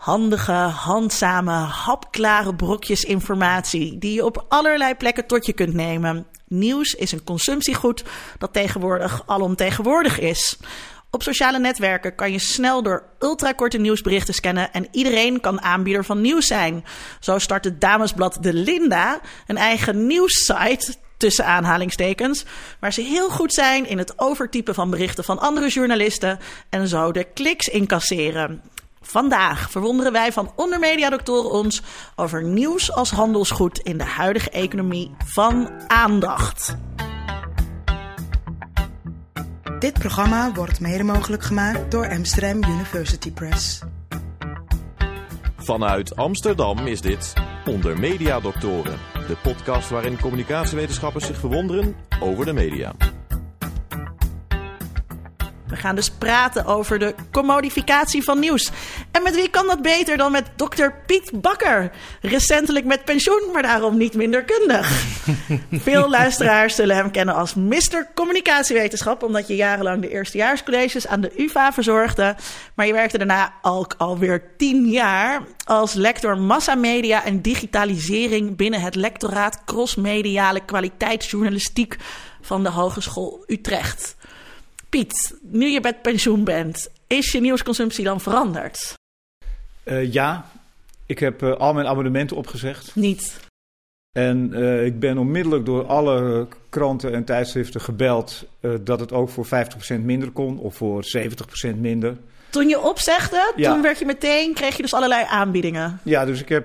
Handige, handzame, hapklare brokjes informatie die je op allerlei plekken tot je kunt nemen. Nieuws is een consumptiegoed dat tegenwoordig alomtegenwoordig is. Op sociale netwerken kan je snel door ultrakorte nieuwsberichten scannen en iedereen kan aanbieder van nieuws zijn. Zo start het damesblad De Linda een eigen nieuwssite, tussen aanhalingstekens, waar ze heel goed zijn in het overtypen van berichten van andere journalisten en zo de kliks incasseren. Vandaag verwonderen wij van Ondermedia Doctoren ons over nieuws als handelsgoed in de huidige economie van aandacht. Dit programma wordt mede mogelijk gemaakt door Amsterdam University Press. Vanuit Amsterdam is dit Ondermedia Doctoren, de podcast waarin communicatiewetenschappers zich verwonderen over de media. We gaan dus praten over de commodificatie van nieuws. En met wie kan dat beter dan met dokter Piet Bakker? Recentelijk met pensioen, maar daarom niet minder kundig. Veel luisteraars zullen hem kennen als Mr. Communicatiewetenschap, omdat je jarenlang de eerstejaarscolleges aan de UvA verzorgde. Maar je werkte daarna ook alweer 10 jaar als lector massamedia en digitalisering binnen het lectoraat crossmediale kwaliteitsjournalistiek van de Hogeschool Utrecht. Piet, nu je met pensioen bent, is je nieuwsconsumptie dan veranderd? Ja, ik heb al mijn abonnementen opgezegd. Niet. En ik ben onmiddellijk door alle kranten en tijdschriften gebeld dat het ook voor 50% minder kon of voor 70% minder. Toen je opzegde, ja. Toen kreeg je dus allerlei aanbiedingen. Ja, dus ik heb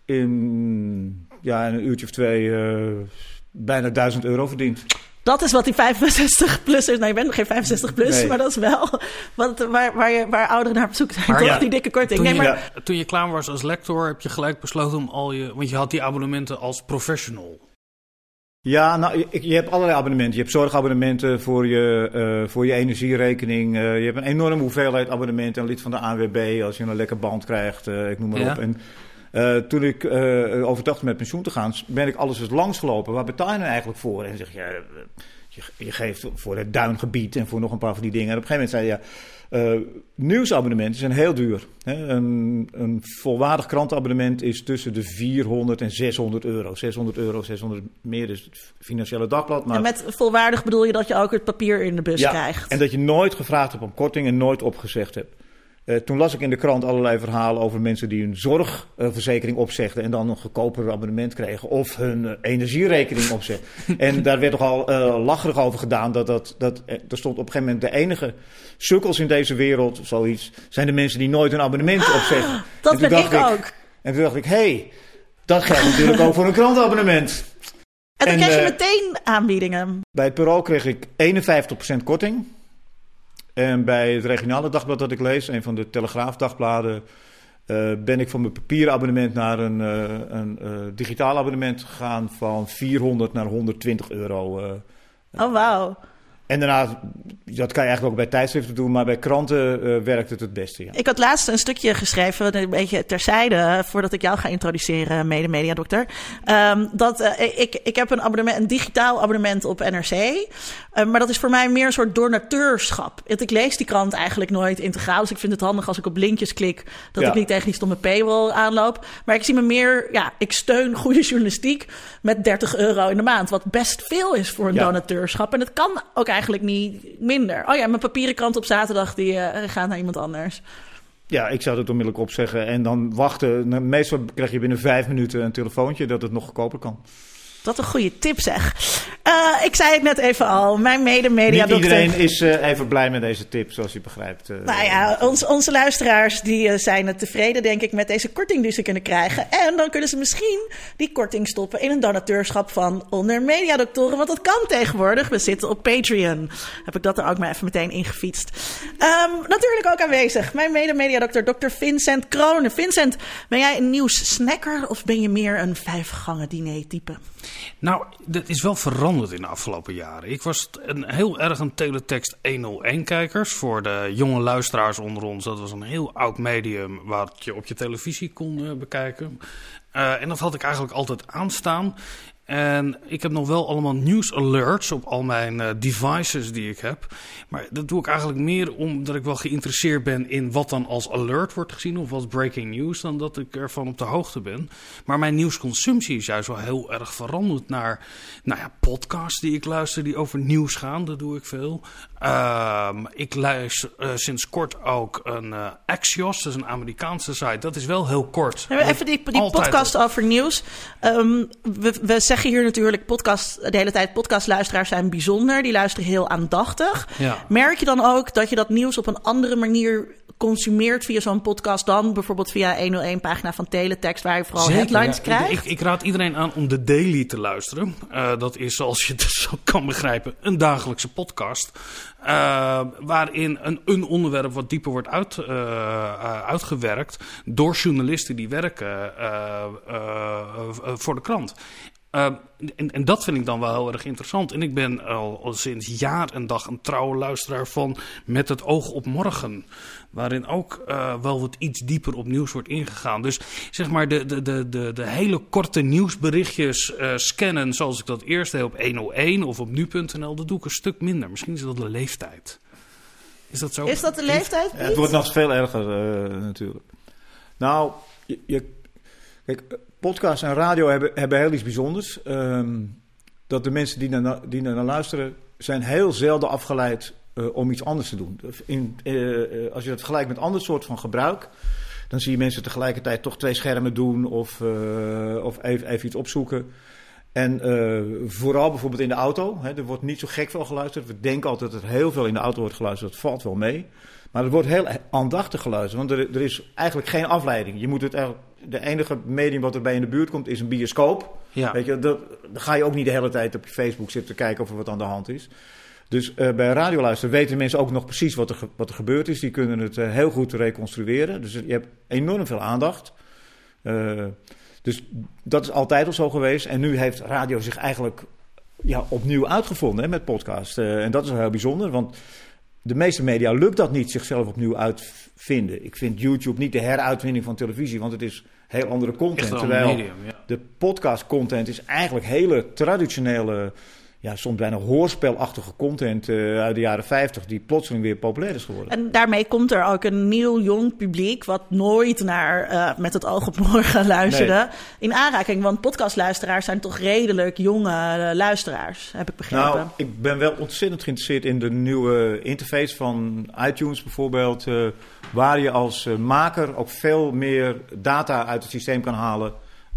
in een uurtje of 2 bijna €1000 verdiend. Dat is wat die 65-plussers... Nou, je bent nog geen 65-plus, nee. Maar dat is wel waar ouderen naar op zoek zijn. Maar toch, ja, die dikke korting. Toen je klaar was als lector, heb je gelijk besloten om want je had die abonnementen als professional. Ja, nou, je hebt allerlei abonnementen. Je hebt zorgabonnementen voor je energierekening. Je hebt een enorme hoeveelheid abonnementen. Een lid van de ANWB als je een lekker band krijgt. Ik noem maar op. En toen ik overdacht met pensioen te gaan, ben ik alles eens langsgelopen. Waar betaal je nou eigenlijk voor? En zeg je geeft voor het duingebied en voor nog een paar van die dingen. En op een gegeven moment zei je, nieuwsabonnementen zijn heel duur. Hè? Een volwaardig krantenabonnement is tussen de €400 en €600. €600 meer, dus het Financiële Dagblad. Maar... En met volwaardig bedoel je dat je ook het papier in de bus krijgt? En dat je nooit gevraagd hebt om korting en nooit opgezegd hebt. Toen las ik in de krant allerlei verhalen over mensen die hun zorgverzekering opzegden en dan een goedkoper abonnement kregen of hun energierekening opzegden. En daar werd nogal lacherig over gedaan dat er stond op een gegeven moment de enige sukkels in deze wereld, zoiets, zijn de mensen die nooit een abonnement opzeggen. Dat ben ik ook. En toen dacht ik, dat geldt natuurlijk ook voor een krantenabonnement. En dan kreeg je meteen aanbiedingen. Bij het Parool kreeg ik 51% korting. En bij het regionale dagblad dat ik lees, een van de Telegraafdagbladen, ben ik van mijn papieren abonnement naar een digitaal abonnement gegaan van €400 naar €120. Oh, wauw. En daarna, dat kan je eigenlijk ook bij tijdschriften doen, maar bij kranten werkt het beste. Ja. Ik had laatst een stukje geschreven, een beetje terzijde, voordat ik jou ga introduceren, mede-mediadokter. Ik heb een digitaal abonnement op NRC. Maar dat is voor mij meer een soort donateurschap. Ik lees die krant eigenlijk nooit integraal. Dus ik vind het handig als ik op linkjes klik, dat ik niet tegen die stomme paywall aanloop. Maar ik zie me meer, ik steun goede journalistiek met €30 in de maand. Wat best veel is voor een donateurschap. En het kan ook eigenlijk niet minder. Oh ja, mijn papieren krant op zaterdag, die gaat naar iemand anders. Ja, ik zou het onmiddellijk opzeggen en dan wachten. Meestal krijg je binnen 5 minuten een telefoontje dat het nog goedkoper kan. Wat een goede tip, zeg. Ik zei het net even al, mijn mede-mediadokter... Niet iedereen is even blij met deze tip, zoals je begrijpt. Nou ja, onze luisteraars die zijn tevreden, denk ik, met deze korting die ze kunnen krijgen. En dan kunnen ze misschien die korting stoppen in een donateurschap van Ondermediadoktoren. Want dat kan tegenwoordig. We zitten op Patreon. Heb ik dat er ook maar even meteen ingefietst. Natuurlijk ook aanwezig, mijn mede-mediadokter, dokter Vincent Kronen. Vincent, ben jij een nieuwssnacker of ben je meer een 5-gangen diner type? Nou, dat is wel veranderd in de afgelopen jaren. Ik was heel erg een teletext 101-kijkers. Voor de jonge luisteraars onder ons. Dat was een heel oud medium wat je op je televisie kon bekijken. En dat had ik eigenlijk altijd aanstaan. En ik heb nog wel allemaal nieuwsalerts op al mijn devices die ik heb. Maar dat doe ik eigenlijk meer omdat ik wel geïnteresseerd ben in wat dan als alert wordt gezien of als breaking news, dan dat ik ervan op de hoogte ben. Maar mijn nieuwsconsumptie is juist wel heel erg veranderd naar podcasts die ik luister die over nieuws gaan. Dat doe ik veel. Ik luister sinds kort ook een Axios, dat is een Amerikaanse site. Dat is wel heel kort. Even die podcast over nieuws. We zeggen hier natuurlijk de hele tijd podcastluisteraars zijn bijzonder. Die luisteren heel aandachtig. Ja. Merk je dan ook dat je dat nieuws op een andere manier consumeert via zo'n podcast dan bijvoorbeeld via 101 pagina van Teletext waar je vooral Zeker, headlines krijgt? Ik raad iedereen aan om de Daily te luisteren. Dat is, zoals je het zo kan begrijpen, een dagelijkse podcast. Waarin een onderwerp wat dieper wordt uitgewerkt door journalisten die werken voor de krant. En dat vind ik dan wel heel erg interessant. En ik ben al sinds jaar en dag een trouwe luisteraar van Met het oog op morgen. Waarin ook wel wat iets dieper op nieuws wordt ingegaan. Dus zeg maar de hele korte nieuwsberichtjes scannen zoals ik dat eerst deed op 101 of op nu.nl. Dat doe ik een stuk minder. Misschien is dat de leeftijd. Is dat zo? Is dat de leeftijd? Ja, het wordt nog veel erger natuurlijk. Nou, kijk, podcast en radio hebben heel iets bijzonders. Dat de mensen die naar luisteren zijn heel zelden afgeleid om iets anders te doen. Als je dat vergelijkt met ander soort van gebruik, dan zie je mensen tegelijkertijd toch 2 schermen doen of even iets opzoeken. En vooral bijvoorbeeld in de auto. Er wordt niet zo gek veel geluisterd. We denken altijd dat er heel veel in de auto wordt geluisterd. Dat valt wel mee. Maar er wordt heel aandachtig geluisterd. Want er is eigenlijk geen afleiding. Je moet het eigenlijk, de enige medium wat erbij in de buurt komt is een bioscoop. Ja. Weet je, dan ga je ook niet de hele tijd op je Facebook zitten kijken of er wat aan de hand is. Dus bij radioluisteren weten mensen ook nog precies wat er gebeurd is. Die kunnen het heel goed reconstrueren. Dus je hebt enorm veel aandacht. Dus dat is altijd al zo geweest. En nu heeft radio zich eigenlijk opnieuw uitgevonden met podcast. En dat is heel bijzonder, want de meeste media lukt dat niet zichzelf opnieuw uitvinden. Ik vind YouTube niet de heruitvinding van televisie, want het is heel andere content. Terwijl medium, de podcast content is eigenlijk hele traditionele, soms bijna hoorspelachtige content uit de jaren 50... die plotseling weer populair is geworden. En daarmee komt er ook een nieuw, jong publiek wat nooit naar Met het oog op morgen luisterde in aanraking. Want podcastluisteraars zijn toch redelijk jonge luisteraars, heb ik begrepen. Nou, ik ben wel ontzettend geïnteresseerd in de nieuwe interface van iTunes bijvoorbeeld, waar je als maker ook veel meer data uit het systeem kan halen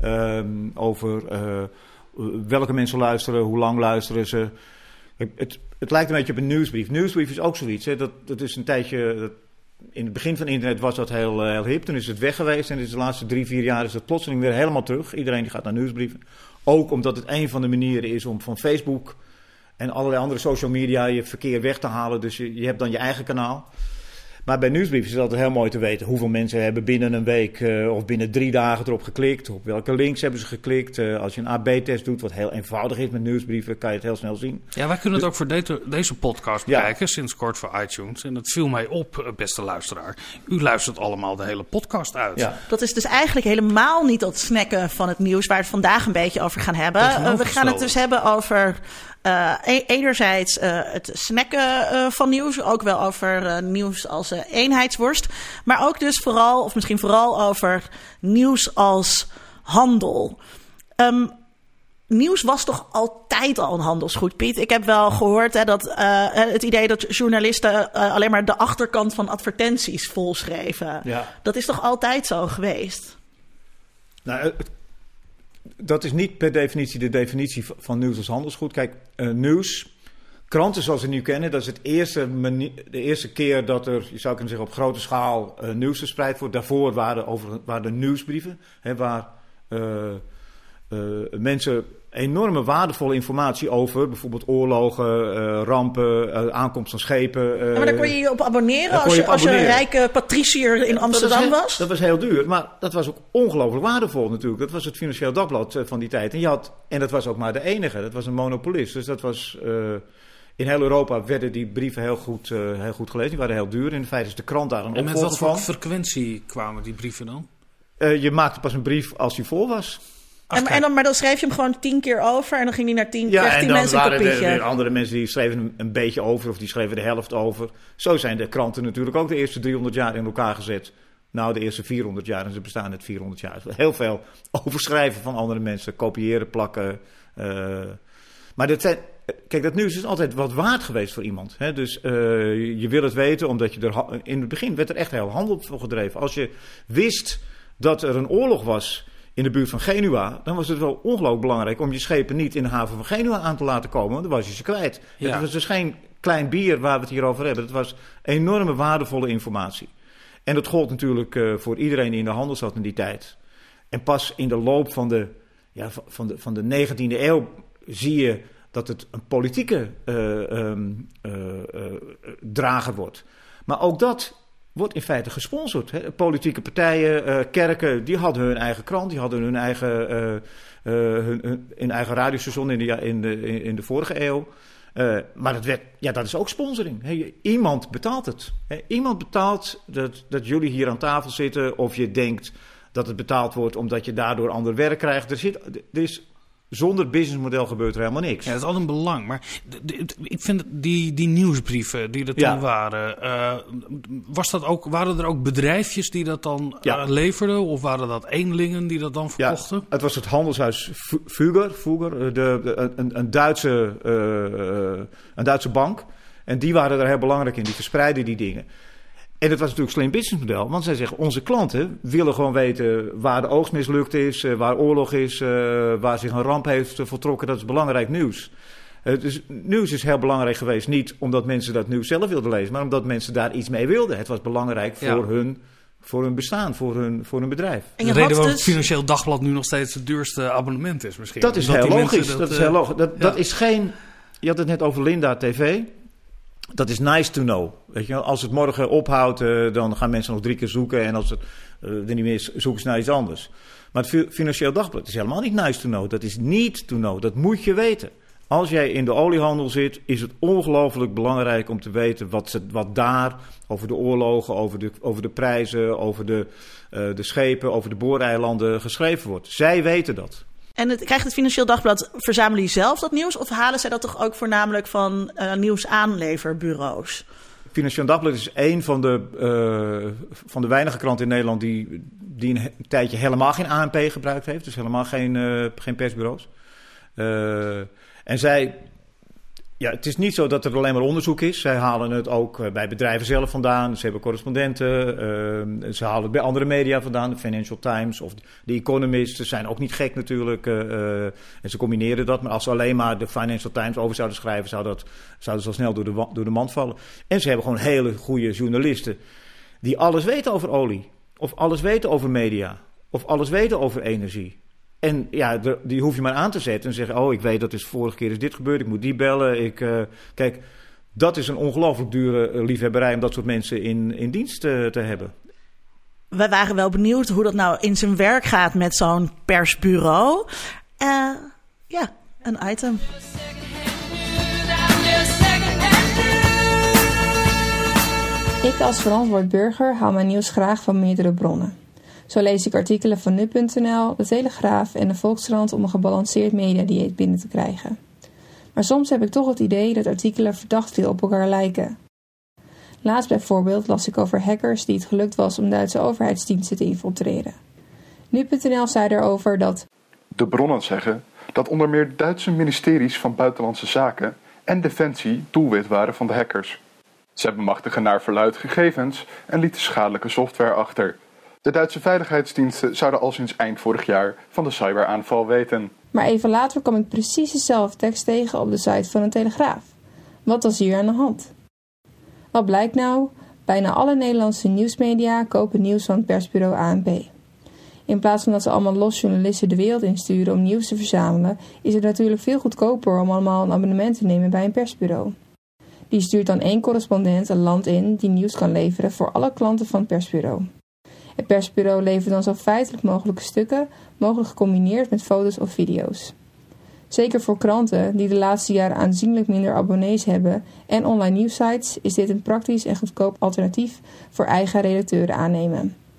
over welke mensen luisteren, hoe lang luisteren ze. Het lijkt een beetje op een nieuwsbrief. Nieuwsbrief is ook zoiets. Hè. Dat is een tijdje. In het begin van internet was dat heel hip. Toen is het weg geweest. En de laatste 3-4 jaar is het plotseling weer helemaal terug. Iedereen die gaat naar nieuwsbrieven. Ook omdat het een van de manieren is om van Facebook en allerlei andere social media je verkeer weg te halen. Dus je hebt dan je eigen kanaal. Maar bij nieuwsbrieven is het altijd heel mooi te weten hoeveel mensen hebben binnen een week of binnen 3 dagen erop geklikt. Op welke links hebben ze geklikt. Als je een AB-test doet, wat heel eenvoudig is met nieuwsbrieven, kan je het heel snel zien. Ja, wij kunnen het ook voor deze podcast bekijken, sinds kort voor iTunes. En dat viel mij op, beste luisteraar. U luistert allemaal de hele podcast uit. Ja. Dat is dus eigenlijk helemaal niet dat snacken van het nieuws waar we het vandaag een beetje over gaan hebben. We gaan het dus hebben over enerzijds het snacken van nieuws, ook wel over nieuws als eenheidsworst, maar ook dus misschien vooral over nieuws als handel. Nieuws was toch altijd al een handelsgoed, Piet? Ik heb wel gehoord dat het idee dat journalisten alleen maar de achterkant van advertenties volschreven. Ja. Dat is toch altijd zo geweest? Nou, dat is niet per definitie de definitie van nieuws als handelsgoed. Kijk, nieuws, kranten zoals we nu kennen, dat is de eerste keer dat er, je zou kunnen zeggen, op grote schaal nieuws verspreid wordt. Daarvoor waren de nieuwsbrieven, waar mensen enorme waardevolle informatie over bijvoorbeeld oorlogen, rampen, aankomst van schepen. Maar daar kon je je op abonneren als je een rijke patriciër in Amsterdam was? Dat was heel duur, maar dat was ook ongelooflijk waardevol natuurlijk. Dat was het Financieel Dagblad van die tijd. En dat was ook maar de enige. Dat was een monopolist. Dus dat was in heel Europa werden die brieven heel goed gelezen. Die waren heel duur. In feite is de krant daar een opvolger van. En met wat voor frequentie kwamen die brieven dan? Je maakte pas een brief als die vol was. Maar dan schreef je hem gewoon 10 keer over en dan ging hij naar 10 Ja, kreeg en 10 dan mensen een waren kopietje. er weer andere mensen die schreven een beetje over of die schreven de helft over. Zo zijn de kranten natuurlijk ook de eerste 300 jaar in elkaar gezet. Nou, de eerste 400 jaar en ze bestaan net 400 jaar. Heel veel overschrijven van andere mensen, kopiëren, plakken. Maar dat nieuws is altijd wat waard geweest voor iemand. Hè? Dus je wil het weten, omdat je in het begin werd er echt heel handel voor gedreven. Als je wist dat er een oorlog was in de buurt van Genua, dan was het wel ongelooflijk belangrijk om je schepen niet in de haven van Genua aan te laten komen, want dan was je ze kwijt. Ja. Het was dus geen klein bier waar we het hier over hebben. Het was enorme waardevolle informatie. En dat gold natuurlijk voor iedereen die in de handel zat in die tijd. En pas in de loop van de 19e eeuw zie je dat het een politieke drager wordt. Maar ook dat wordt in feite gesponsord. Hè. Politieke partijen, kerken, die hadden hun eigen krant, die hadden hun eigen radiostation in de vorige eeuw. Maar dat is ook sponsoring. Hè. Iemand betaalt het. Hè. Iemand betaalt dat jullie hier aan tafel zitten, of je denkt dat het betaald wordt omdat je daardoor ander werk krijgt. Zonder businessmodel gebeurt er helemaal niks. Ja, dat is altijd een belang. Maar ik vind die nieuwsbrieven die er toen waren, waren er ook bedrijfjes die dat dan leverden? Of waren dat eenlingen die dat dan verkochten? Ja, het was het handelshuis Fugger, een Duitse bank. En die waren er heel belangrijk in. Die verspreidden die dingen. En dat was natuurlijk een slim businessmodel. Want zij zeggen, onze klanten willen gewoon weten waar de oogst mislukt is, waar oorlog is, waar zich een ramp heeft voltrokken. Dat is belangrijk nieuws. Dus nieuws is heel belangrijk geweest. Niet omdat mensen dat nieuws zelf wilden lezen, maar omdat mensen daar iets mee wilden. Het was belangrijk voor hun bestaan, voor hun bedrijf. En de reden waarom het Financieel Dagblad nu nog steeds het duurste abonnement is misschien. Dat is heel logisch. Dat is geen... Je had het net over Linda TV. Dat is nice to know. Weet je wel? Als het morgen ophoudt, dan gaan mensen nog 3 keer zoeken. En als het er niet meer is, zoeken ze naar iets anders. Maar het Financieel Dagblad is helemaal niet nice to know. Dat is need to know. Dat moet je weten. Als jij in de oliehandel zit, is het ongelooflijk belangrijk om te weten wat daar over de oorlogen, over de prijzen, over de schepen, over de booreilanden geschreven wordt. Zij weten dat. En krijgt het Financieel Dagblad, verzamelen die zelf dat nieuws? Of halen zij dat toch ook voornamelijk van nieuwsaanleverbureaus? Financieel Dagblad is een van de weinige kranten in Nederland die een tijdje helemaal geen ANP gebruikt heeft. Dus helemaal geen persbureaus. En zij... Ja, het is niet zo dat er alleen maar onderzoek is. Zij halen het ook bij bedrijven zelf vandaan. Ze hebben correspondenten. Ze halen het bij andere media vandaan. De Financial Times of The Economist. Ze zijn ook niet gek natuurlijk. En ze combineren dat. Maar als ze alleen maar de Financial Times over zouden schrijven, zouden ze al snel door de mand vallen. En ze hebben gewoon hele goede journalisten die alles weten over olie. Of alles weten over media. Of alles weten over energie. En ja, die hoef je maar aan te zetten en zeggen, ik weet dat vorige keer is dit gebeurd, ik moet die bellen. Kijk, dat is een ongelooflijk dure liefhebberij om dat soort mensen in dienst te hebben. We waren wel benieuwd hoe dat nou in zijn werk gaat met zo'n persbureau. Een item. Ik als verantwoord burger haal mijn nieuws graag van meerdere bronnen. Zo lees ik artikelen van nu.nl, de Telegraaf en de Volkskrant om een gebalanceerd mediadieet binnen te krijgen. Maar soms heb ik toch het idee dat artikelen verdacht veel op elkaar lijken. Laatst bijvoorbeeld las ik over hackers die het gelukt was om Duitse overheidsdiensten te infiltreren. Nu.nl zei erover dat de bronnen zeggen dat onder meer Duitse ministeries van Buitenlandse Zaken en Defensie doelwit waren van de hackers. Zij bemachtigen naar verluidt gegevens en lieten schadelijke software achter. De Duitse veiligheidsdiensten zouden al sinds eind vorig jaar van de cyberaanval weten. Maar even later kwam ik precies dezelfde tekst tegen op de site van de Telegraaf. Wat was hier aan de hand? Wat blijkt nou? Bijna alle Nederlandse nieuwsmedia kopen nieuws van het persbureau ANP. In plaats van dat ze allemaal los journalisten de wereld insturen om nieuws te verzamelen, is het natuurlijk veel goedkoper om allemaal een abonnement te nemen bij een persbureau. Die stuurt dan 1 correspondent een land in die nieuws kan leveren voor alle klanten van het persbureau. Het persbureau levert dan zo feitelijk mogelijke stukken, mogelijk gecombineerd met foto's of video's. Zeker voor kranten die de laatste jaren aanzienlijk minder abonnees hebben en online nieuwsites is dit een praktisch en goedkoop alternatief voor eigen redacteuren aannemen.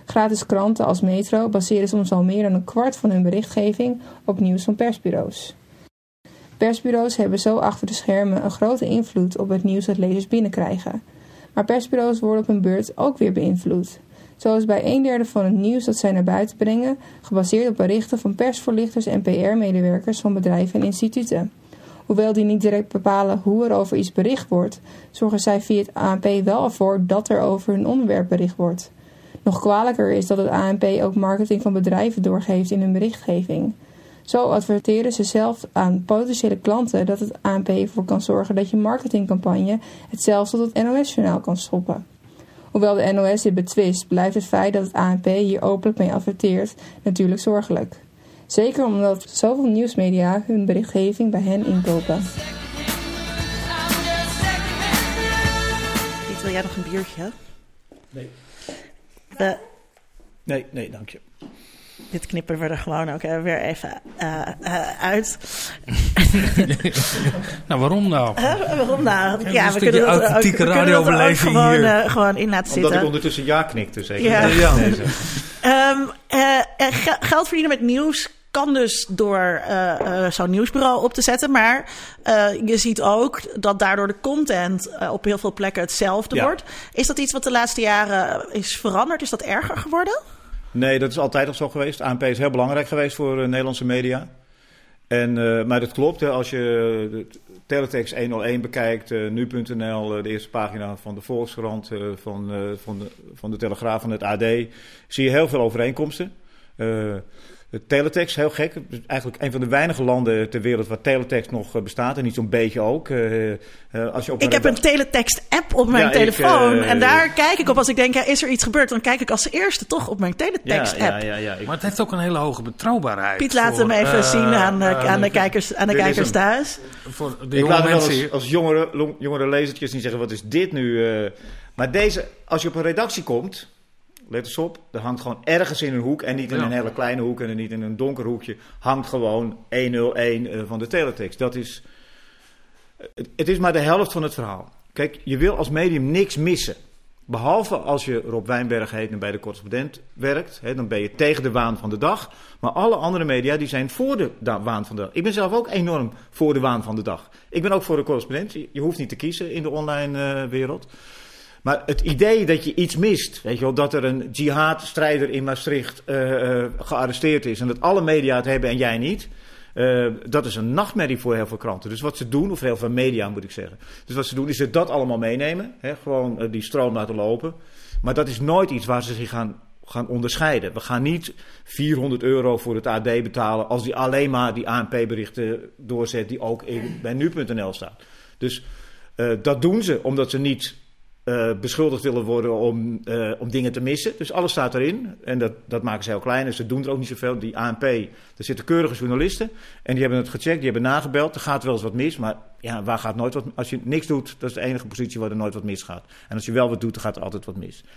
Gratis kranten als Metro baseren soms al meer dan een kwart van hun berichtgeving op nieuws van persbureaus. Persbureaus hebben zo achter de schermen een grote invloed op het nieuws dat lezers binnenkrijgen. Maar persbureaus worden op hun beurt ook weer beïnvloed. Zo is bij 1/3 van het nieuws dat zij naar buiten brengen gebaseerd op berichten van persvoorlichters en PR-medewerkers van bedrijven en instituten. Hoewel die niet direct bepalen hoe er over iets bericht wordt, zorgen zij via het ANP wel ervoor dat er over hun onderwerp bericht wordt. Nog kwalijker is dat het ANP ook marketing van bedrijven doorgeeft in hun berichtgeving. Zo adverteren ze zelf aan potentiële klanten dat het ANP ervoor kan zorgen dat je marketingcampagne het zelfs tot het NOS-journaal kan stoppen. Hoewel de NOS dit betwist, blijft het feit dat het ANP hier openlijk mee adverteert natuurlijk zorgelijk. Zeker omdat zoveel nieuwsmedia hun berichtgeving bij hen inkopen. Piet, wil jij nog een biertje? Nee. Nee, dank je. Dit knippen we er gewoon ook weer even uit. Nou, waarom nou? Waarom nou? Ja, we kunnen het ook gewoon in laten zitten. Omdat ik ondertussen ja knikte, zeker. Ja. Geld verdienen met nieuws kan dus door zo'n nieuwsbureau op te zetten. Maar je ziet ook dat daardoor de content op heel veel plekken hetzelfde wordt. Is dat iets wat de laatste jaren is veranderd? Is dat erger geworden? Nee, dat is altijd al zo geweest. ANP is heel belangrijk geweest voor Nederlandse media. Maar dat klopt. Hè. Als je de Teletext 101 bekijkt, nu.nl, de eerste pagina van de Volkskrant, van de Telegraaf, van het AD, zie je heel veel overeenkomsten. De Teletext, heel gek. Eigenlijk een van de weinige landen ter wereld waar Teletext nog bestaat. En niet zo'n beetje ook. Ik heb een Teletext-app op mijn telefoon. En daar kijk ik op als ik denk, is er iets gebeurd? Dan kijk ik als eerste toch op mijn Teletext-app. Maar het heeft ook een hele hoge betrouwbaarheid. Piet, laat hem even zien aan de kijkers thuis. Voor de ik laat jonge mensen wel als jongere lezertjes niet zeggen, wat is dit nu? Maar deze, als je op een redactie komt, let eens op, er hangt gewoon ergens in een hoek, en niet in een hele kleine hoek en niet in een donker hoekje, hangt gewoon 101 van de Teletext. Het is maar de helft van het verhaal. Kijk, je wil als medium niks missen. Behalve als je Rob Wijnberg heet en bij de Correspondent werkt, dan ben je tegen de waan van de dag. Maar alle andere media die zijn voor de waan van de dag. Ik ben zelf ook enorm voor de waan van de dag. Ik ben ook voor de Correspondent. Je hoeft niet te kiezen in de online wereld. Maar het idee dat je iets mist, weet je wel, dat er een jihad-strijder in Maastricht gearresteerd is en dat alle media het hebben en jij niet, dat is een nachtmerrie voor heel veel kranten. Dus wat ze doen, of heel veel media moet ik zeggen. Dus wat ze doen is ze dat allemaal meenemen, gewoon die stroom laten lopen. Maar dat is nooit iets waar ze zich gaan onderscheiden. We gaan niet €400 voor het AD betalen als die alleen maar die ANP-berichten doorzet die ook bij nu.nl staan. Dus dat doen ze omdat ze niet beschuldigd willen worden om dingen te missen. Dus alles staat erin. En dat maken ze heel klein. En ze doen er ook niet zoveel. Die ANP, daar zitten keurige journalisten. En die hebben het gecheckt, die hebben nagebeld. Er gaat wel eens wat mis. Maar ja, waar gaat nooit wat? Als je niks doet, dat is de enige positie waar er nooit wat misgaat. En als je wel wat doet, dan gaat er altijd wat mis.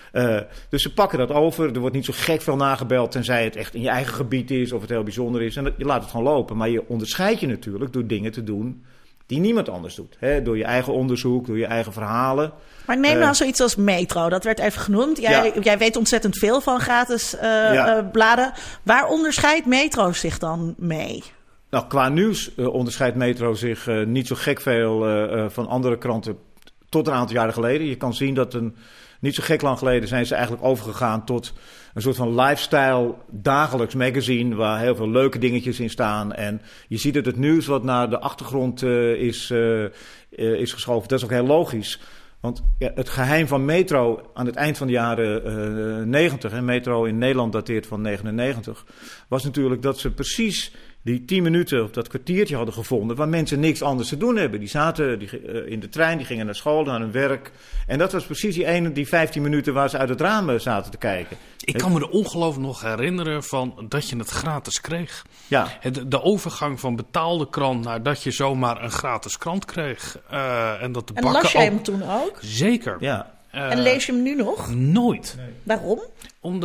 Dus ze pakken dat over. Er wordt niet zo gek veel nagebeld, tenzij het echt in je eigen gebied is of het heel bijzonder is. En je laat het gewoon lopen. Maar je onderscheidt je natuurlijk door dingen te doen die niemand anders doet. Door je eigen onderzoek, door je eigen verhalen. Maar neem nou zoiets als Metro. Dat werd even genoemd. Jij weet ontzettend veel van gratis bladen. Waar onderscheidt Metro zich dan mee? Nou, qua nieuws onderscheidt Metro zich niet zo gek veel van andere kranten tot een aantal jaren geleden. Je kan zien dat niet zo gek lang geleden zijn ze eigenlijk overgegaan tot een soort van lifestyle dagelijks magazine waar heel veel leuke dingetjes in staan. En je ziet dat het nieuws wat naar de achtergrond is geschoven, dat is ook heel logisch. Want het geheim van Metro aan het eind van de jaren 90, en Metro in Nederland dateert van 99, was natuurlijk dat ze precies die 10 minuten of dat kwartiertje hadden gevonden waar mensen niks anders te doen hebben. Die zaten in de trein, die gingen naar school, naar hun werk. En dat was precies die 15 minuten waar ze uit het raam zaten te kijken. Ik kan me er ongelooflijk nog herinneren van dat je het gratis kreeg. Ja. De overgang van betaalde krant naar dat je zomaar een gratis krant kreeg. En las jij hem toen ook? Zeker. Ja. En lees je hem nu nog? Nooit. Nee. Waarom? Omdat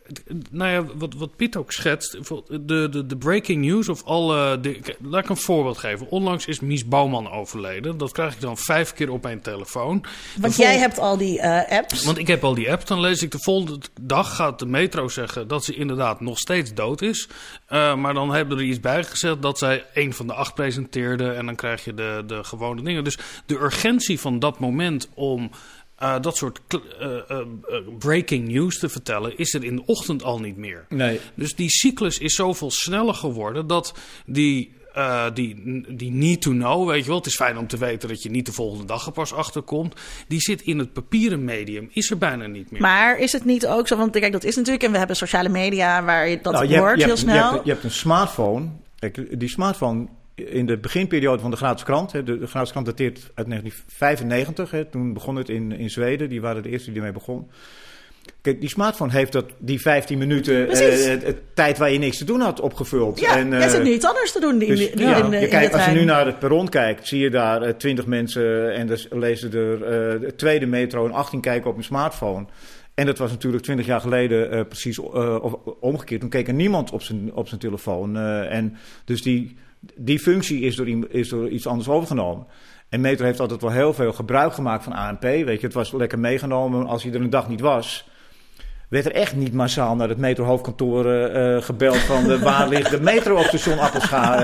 nou ja, wat Piet ook schetst, de breaking news of alle... laat ik een voorbeeld geven. Onlangs is Mies Bouwman overleden. Dat krijg ik dan 5 keer op mijn telefoon. Want jij hebt al die apps. Want ik heb al die apps. Dan lees ik de volgende dag, gaat de Metro zeggen dat ze inderdaad nog steeds dood is. Maar dan hebben er iets bij gezet dat zij 1 van de 8 presenteerde. En dan krijg je de gewone dingen. Dus de urgentie van dat moment om... dat soort breaking news te vertellen, is er in de ochtend al niet meer. Nee. Dus die cyclus is zoveel sneller geworden dat die need to know, weet je wel, het is fijn om te weten dat je niet de volgende dag er pas achterkomt, die zit in het papieren medium, is er bijna niet meer. Maar is het niet ook zo, want kijk, dat is natuurlijk, en we hebben sociale media waar je dat hoort heel snel. Je hebt een smartphone. Kijk, die smartphone in de beginperiode van de Gratis Krant, de Gratis Krant dateert uit 1995, toen begon het in Zweden, die waren de eerste die ermee begon. Kijk, die smartphone heeft die 15 minuten tijd waar je niks te doen had opgevuld. Ja, er zit nu iets anders te doen in de trein. Als je nu naar het perron kijkt, zie je daar 20 mensen en dus lezen er de tweede metro en 18 kijken op een smartphone. En dat was natuurlijk 20 jaar geleden precies omgekeerd. Toen keek er niemand op zijn telefoon. En dus die functie is door iets anders overgenomen. En Metro heeft altijd wel heel veel gebruik gemaakt van ANP. Weet je, het was lekker meegenomen. Als hij er een dag niet was, werd er echt niet massaal naar het Metro-hoofdkantoor gebeld van waar ligt de metro op station Appelscha.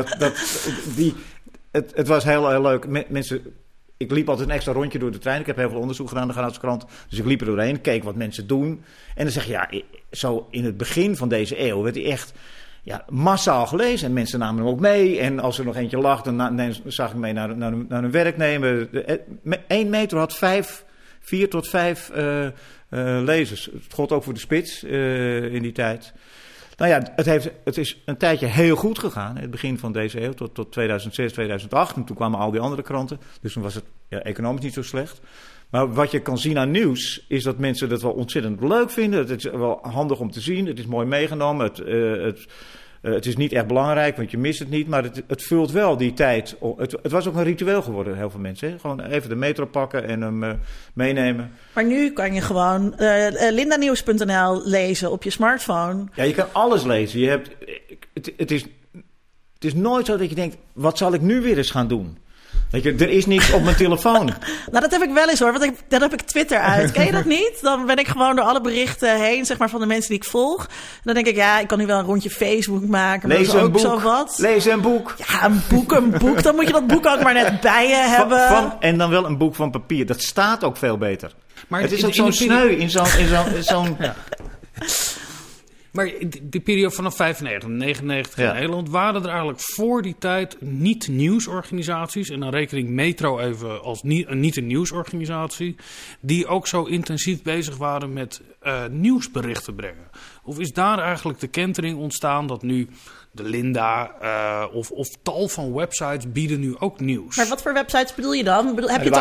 Het was heel leuk. Mensen, ik liep altijd een extra rondje door de trein. Ik heb heel veel onderzoek gedaan in de Gratis Krant. Dus ik liep er doorheen, keek wat mensen doen. En dan zeg je, ja, zo in het begin van deze eeuw werd hij echt... Ja, massaal gelezen en mensen namen hem ook mee. En als er nog eentje lag, dan zag ik mee naar hun werknemer. 1 metro had 4 tot 5 lezers. Het gold ook voor de spits in die tijd. Nou ja, het is een tijdje heel goed gegaan. Het begin van deze eeuw tot 2006, 2008. En toen kwamen al die andere kranten. Dus toen was het economisch niet zo slecht. Maar wat je kan zien aan nieuws is dat mensen dat wel ontzettend leuk vinden. Het is wel handig om te zien. Het is mooi meegenomen. Het is niet echt belangrijk, want je mist het niet. Maar het vult wel die tijd. Het was ook een ritueel geworden, heel veel mensen. Hè? Gewoon even de metro pakken en hem meenemen. Maar nu kan je gewoon lindanews.nl lezen op je smartphone. Ja, je kan alles lezen. Het is nooit zo dat je denkt, wat zal ik nu weer eens gaan doen? Weet je, er is niks op mijn telefoon. Nou, dat heb ik wel eens hoor, want dan heb ik Twitter uit. Ken je dat niet? Dan ben ik gewoon door alle berichten heen, zeg maar, van de mensen die ik volg. En dan denk ik, ja, ik kan nu wel een rondje Facebook maken. Maar Lees dat is een ook boek. zo wat. Lees een boek. Ja, een boek. Dan moet je dat boek ook maar net bij je hebben. En dan wel een boek van papier. Dat staat ook veel beter. Maar het is ook zo'n sneu in zo'n ja. Maar die periode vanaf 95, 99 in Nederland, waren er eigenlijk voor die tijd niet nieuwsorganisaties, en dan reken ik Metro even als niet een nieuwsorganisatie, die ook zo intensief bezig waren met nieuwsberichten brengen? Of is daar eigenlijk de kentering ontstaan dat nu de Linda of tal van websites bieden nu ook nieuws? Maar wat voor websites bedoel je dan? Heb je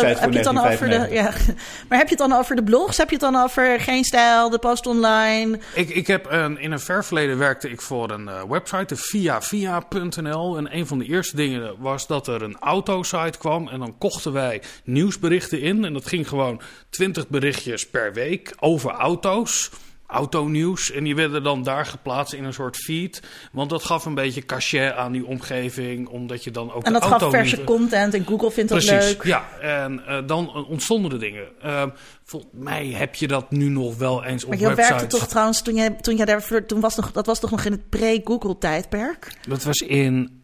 het dan over de blogs? Heb je het dan over Geen Stijl, de Post Online? Ik heb in een ver verleden werkte ik voor een website, via.nl. En een van de eerste dingen was dat er een autosite kwam. En dan kochten wij nieuwsberichten in. En dat ging gewoon 20 berichtjes per week over auto's. Autonieuws. En die werden dan daar geplaatst in een soort feed. Want dat gaf een beetje cachet aan die omgeving. Omdat je dan ook en dat gaf verse content en Google vindt dat leuk. Ja, en dan ontstonden er dingen. Volgens mij heb je dat nu nog wel eens op websites. Maar je werkte toch trouwens, dat was toch nog in het pre-Google tijdperk? Dat was in,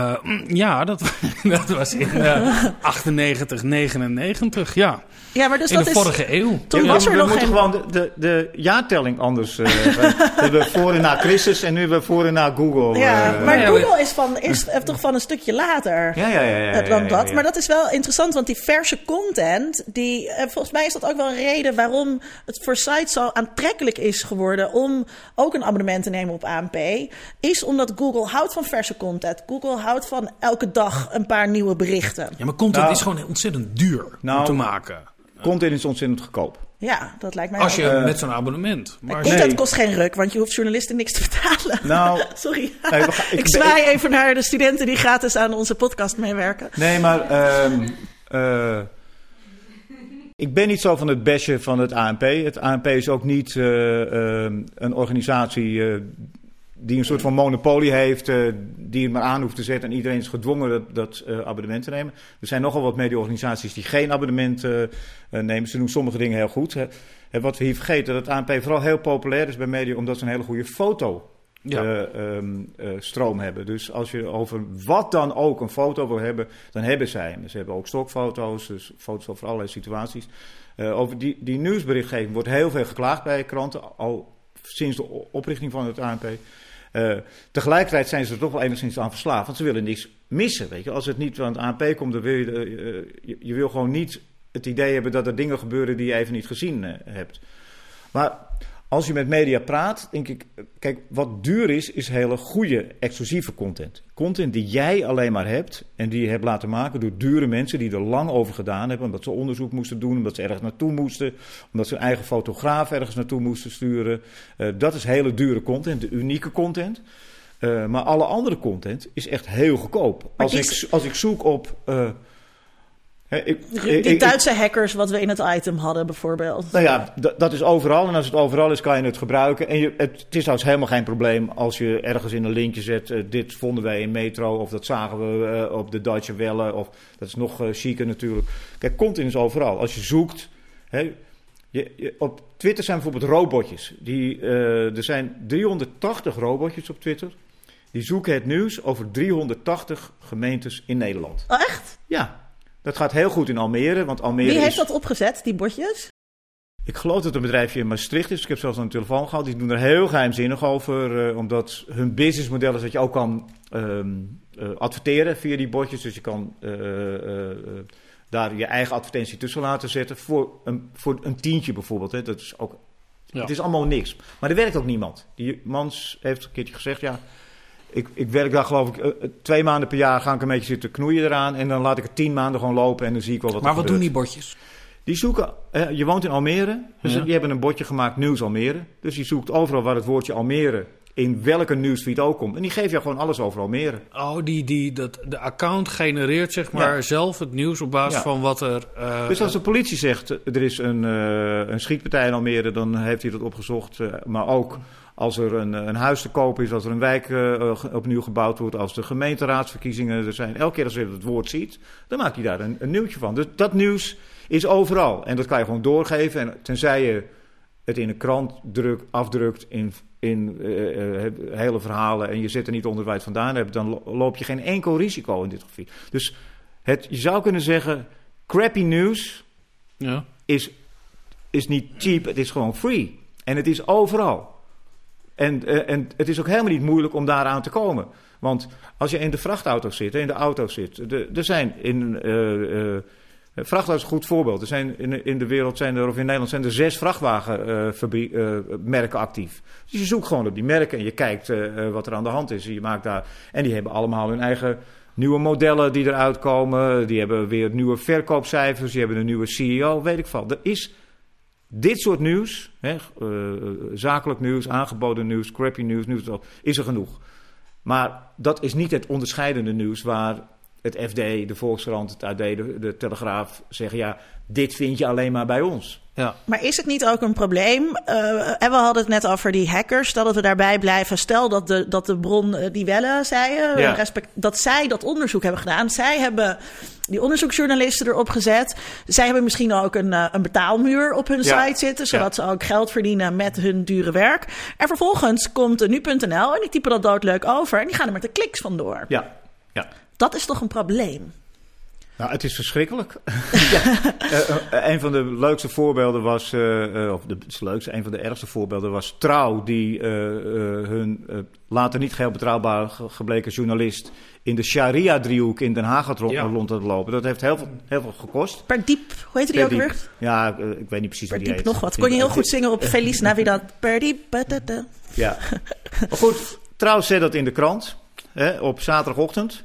dat was in 98, 99, ja. Ja, maar dus in dat de vorige eeuw. Toen was er nog geen... gewoon de jaartelling anders. We hebben voor en na Christus en nu hebben we voor en na Google. Ja, maar Google is toch van een stukje later dan dat. Ja. Maar dat is wel interessant, want die verse content, volgens mij is dat ook wel een reden waarom het voor sites zo aantrekkelijk is geworden om ook een abonnement te nemen op ANP, is omdat Google houdt van verse content. Google houdt van elke dag een paar nieuwe berichten. Ja, maar content is gewoon ontzettend duur om te maken. Content is ontzettend goedkoop. Ja, dat lijkt mij als je met zo'n abonnement. Maar content kost geen ruk, want je hoeft journalisten niks te betalen. Nou, sorry. Nee, ik zwaai even naar de studenten die gratis aan onze podcast meewerken. Nee, maar Ik ben niet zo van het bashen van het ANP. Het ANP is ook niet een organisatie die een soort van monopolie heeft, die het maar aan hoeft te zetten en iedereen is gedwongen dat abonnement te nemen. Er zijn nogal wat mediaorganisaties die geen abonnement nemen. Ze doen sommige dingen heel goed. Wat we hier vergeten, dat het ANP vooral heel populair is bij media omdat ze een hele goede fotostroom hebben. Dus als je over wat dan ook een foto wil hebben, dan hebben zij hem. Ze hebben ook stokfoto's, dus foto's over allerlei situaties. Over die nieuwsberichtgeving wordt heel veel geklaagd bij kranten, al sinds de oprichting van het ANP. Tegelijkertijd zijn ze er toch wel enigszins aan verslaafd, want ze willen niks missen. Weet je? Als het niet van het ANP komt, dan wil je wil gewoon niet het idee hebben dat er dingen gebeuren die je even niet gezien hebt. Maar als je met media praat, denk ik, kijk, wat duur is hele goede, exclusieve content. Content die jij alleen maar hebt en die je hebt laten maken door dure mensen die er lang over gedaan hebben, omdat ze onderzoek moesten doen, omdat ze ergens naartoe moesten, omdat ze hun eigen fotograaf ergens naartoe moesten sturen. Dat is hele dure content, de unieke content. Maar alle andere content is echt heel goedkoop. Als ik zoek op... die Duitse hackers wat we in het item hadden bijvoorbeeld. Nou ja, dat is overal. En als het overal is, kan je het gebruiken. En het is trouwens helemaal geen probleem als je ergens in een linkje zet... dit vonden wij in Metro of dat zagen we op de Deutsche Welle. Of dat is nog chiquer natuurlijk. Kijk, content is overal. Als je zoekt... op Twitter zijn bijvoorbeeld robotjes. Er zijn 380 robotjes op Twitter. Die zoeken het nieuws over 380 gemeentes in Nederland. Oh, echt? Ja. Dat gaat heel goed in Almere, want Almere Wie heeft dat opgezet, die bordjes? Ik geloof dat het een bedrijfje in Maastricht is. Ik heb zelfs aan de telefoon gehad. Die doen er heel geheimzinnig over, omdat hun businessmodel is dat je ook kan adverteren via die bordjes. Dus je kan daar je eigen advertentie tussen laten zetten voor een tientje bijvoorbeeld. Hè. Dat is ook, Het is allemaal niks. Maar er werkt ook niemand. Die Mans heeft een keertje gezegd, ja... Ik werk daar geloof ik 2 maanden per jaar, ga ik een beetje zitten knoeien eraan. En dan laat ik het 10 maanden gewoon lopen en dan zie ik wel wat er gebeurt. Maar wat doen die bordjes? Die zoeken, je woont in Almere, dus die hebben een bordje gemaakt, Nieuws Almere. Dus die zoekt overal waar het woordje Almere in welke nieuwsfeed ook komt. En die geeft jou gewoon alles over Almere. Oh, de account genereert zeg maar zelf het nieuws op basis van wat er... Dus als de politie zegt, er is een schietpartij in Almere, dan heeft hij dat opgezocht. Maar ook als er een huis te koop is, als er een wijk opnieuw gebouwd wordt, als de gemeenteraadsverkiezingen er zijn. Elke keer als je het woord ziet, dan maakt hij daar een nieuwtje van. Dus dat nieuws is overal. En dat kan je gewoon doorgeven. En tenzij je het in een krant afdrukt in hele verhalen en je zit er niet onder waar je het vandaan hebt, dan loop je geen enkel risico in dit geval. Dus je zou kunnen zeggen, crappy nieuws is niet cheap, het is gewoon free. En het is overal. En het is ook helemaal niet moeilijk om daaraan te komen. Want als je in de vrachtauto zit, in de auto zit, er zijn vrachtauto's is een goed voorbeeld. Er zijn in de wereld of in Nederland zijn er 6 vrachtwagenmerken actief. Dus je zoekt gewoon op die merken en je kijkt wat er aan de hand is. En die hebben allemaal hun eigen nieuwe modellen die eruit komen. Die hebben weer nieuwe verkoopcijfers. Die hebben een nieuwe CEO, weet ik veel. Er is dit soort nieuws, zakelijk nieuws, aangeboden nieuws, crappy nieuws, is er genoeg. Maar dat is niet het onderscheidende nieuws waar het FD, de Volkskrant, het AD, de Telegraaf zeggen, ja, dit vind je alleen maar bij ons. Ja. Maar is het niet ook een probleem? En we hadden het net over die hackers, dat we daarbij blijven. Stel dat de bron die Welle zei, dat zij dat onderzoek hebben gedaan. Zij hebben die onderzoeksjournalisten erop gezet. Zij hebben misschien ook een betaalmuur op hun site zitten, zodat ze ook geld verdienen met hun dure werk. En vervolgens komt nu.nl en die typen dat doodleuk over en die gaan er met de kliks vandoor. Ja. Dat is toch een probleem? Nou, het is verschrikkelijk. Een van de leukste voorbeelden was, een van de ergste voorbeelden was Trouw, die hun later niet geheel betrouwbaar gebleken journalist in de Sharia-driehoek in Den Haag had rond te lopen. Dat heeft heel veel gekost. Per diep, hoe heet die ook weer? Ja, ik weet niet precies hoe die heet. Per diep nog wat. Kon je heel goed zingen op Feliz Navidad. Per diep. Ja, maar goed, Trouw zet dat in de krant op zaterdagochtend.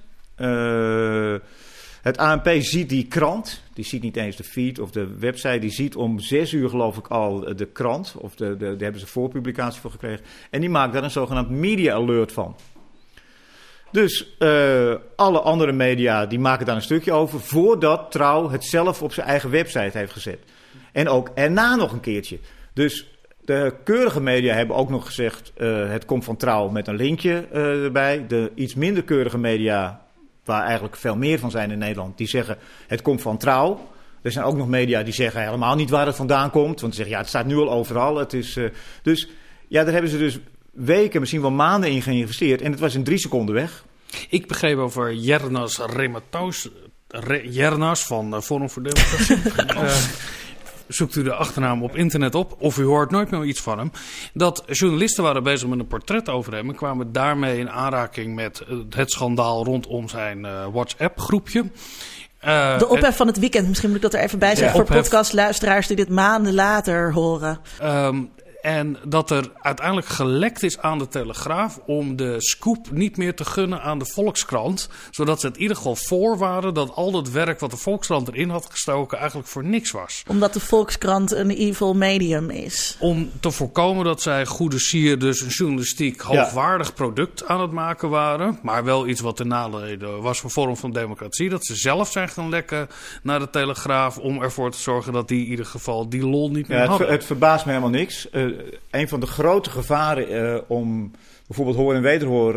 Het ANP ziet die krant, die ziet niet eens de feed of de website, die ziet om 6 uur geloof ik al de krant, of daar hebben ze voorpublicatie voor gekregen. En die maakt daar een zogenaamd media alert van. Dus alle andere media die maken daar een stukje over, voordat Trouw het zelf op zijn eigen website heeft gezet. En ook erna nog een keertje. Dus de keurige media hebben ook nog gezegd, het komt van Trouw met een linkje erbij. De iets minder keurige media, waar eigenlijk veel meer van zijn in Nederland, die zeggen het komt van Trouw. Er zijn ook nog media die zeggen helemaal niet waar het vandaan komt. Want ze zeggen, het staat nu al overal. Het is, dus ja, daar hebben ze dus weken, misschien wel maanden in geïnvesteerd. En het was in 3 seconden weg. Ik begreep over Jernas Jernas van Forum voor Democratie. Zoekt u de achternaam op internet op, of u hoort nooit meer iets van hem. Dat journalisten waren bezig met een portret over hem en kwamen daarmee in aanraking met het schandaal rondom zijn WhatsApp-groepje. De ophef van het weekend, misschien moet ik dat er even bij zeggen voor podcastluisteraars die dit maanden later horen. En dat er uiteindelijk gelekt is aan de Telegraaf om de scoop niet meer te gunnen aan de Volkskrant. Zodat ze het in ieder geval voor waren dat al dat werk wat de Volkskrant erin had gestoken eigenlijk voor niks was. Omdat de Volkskrant een evil medium is. Om te voorkomen dat zij goede sier dus een journalistiek hoogwaardig product aan het maken waren. Maar wel iets wat ten nadele was voor Forum van Democratie. Dat ze zelf zijn gaan lekken naar de Telegraaf om ervoor te zorgen dat die in ieder geval die lol niet meer hadden. Het verbaast me helemaal niks. Een van de grote gevaren om bijvoorbeeld hoor en wederhoor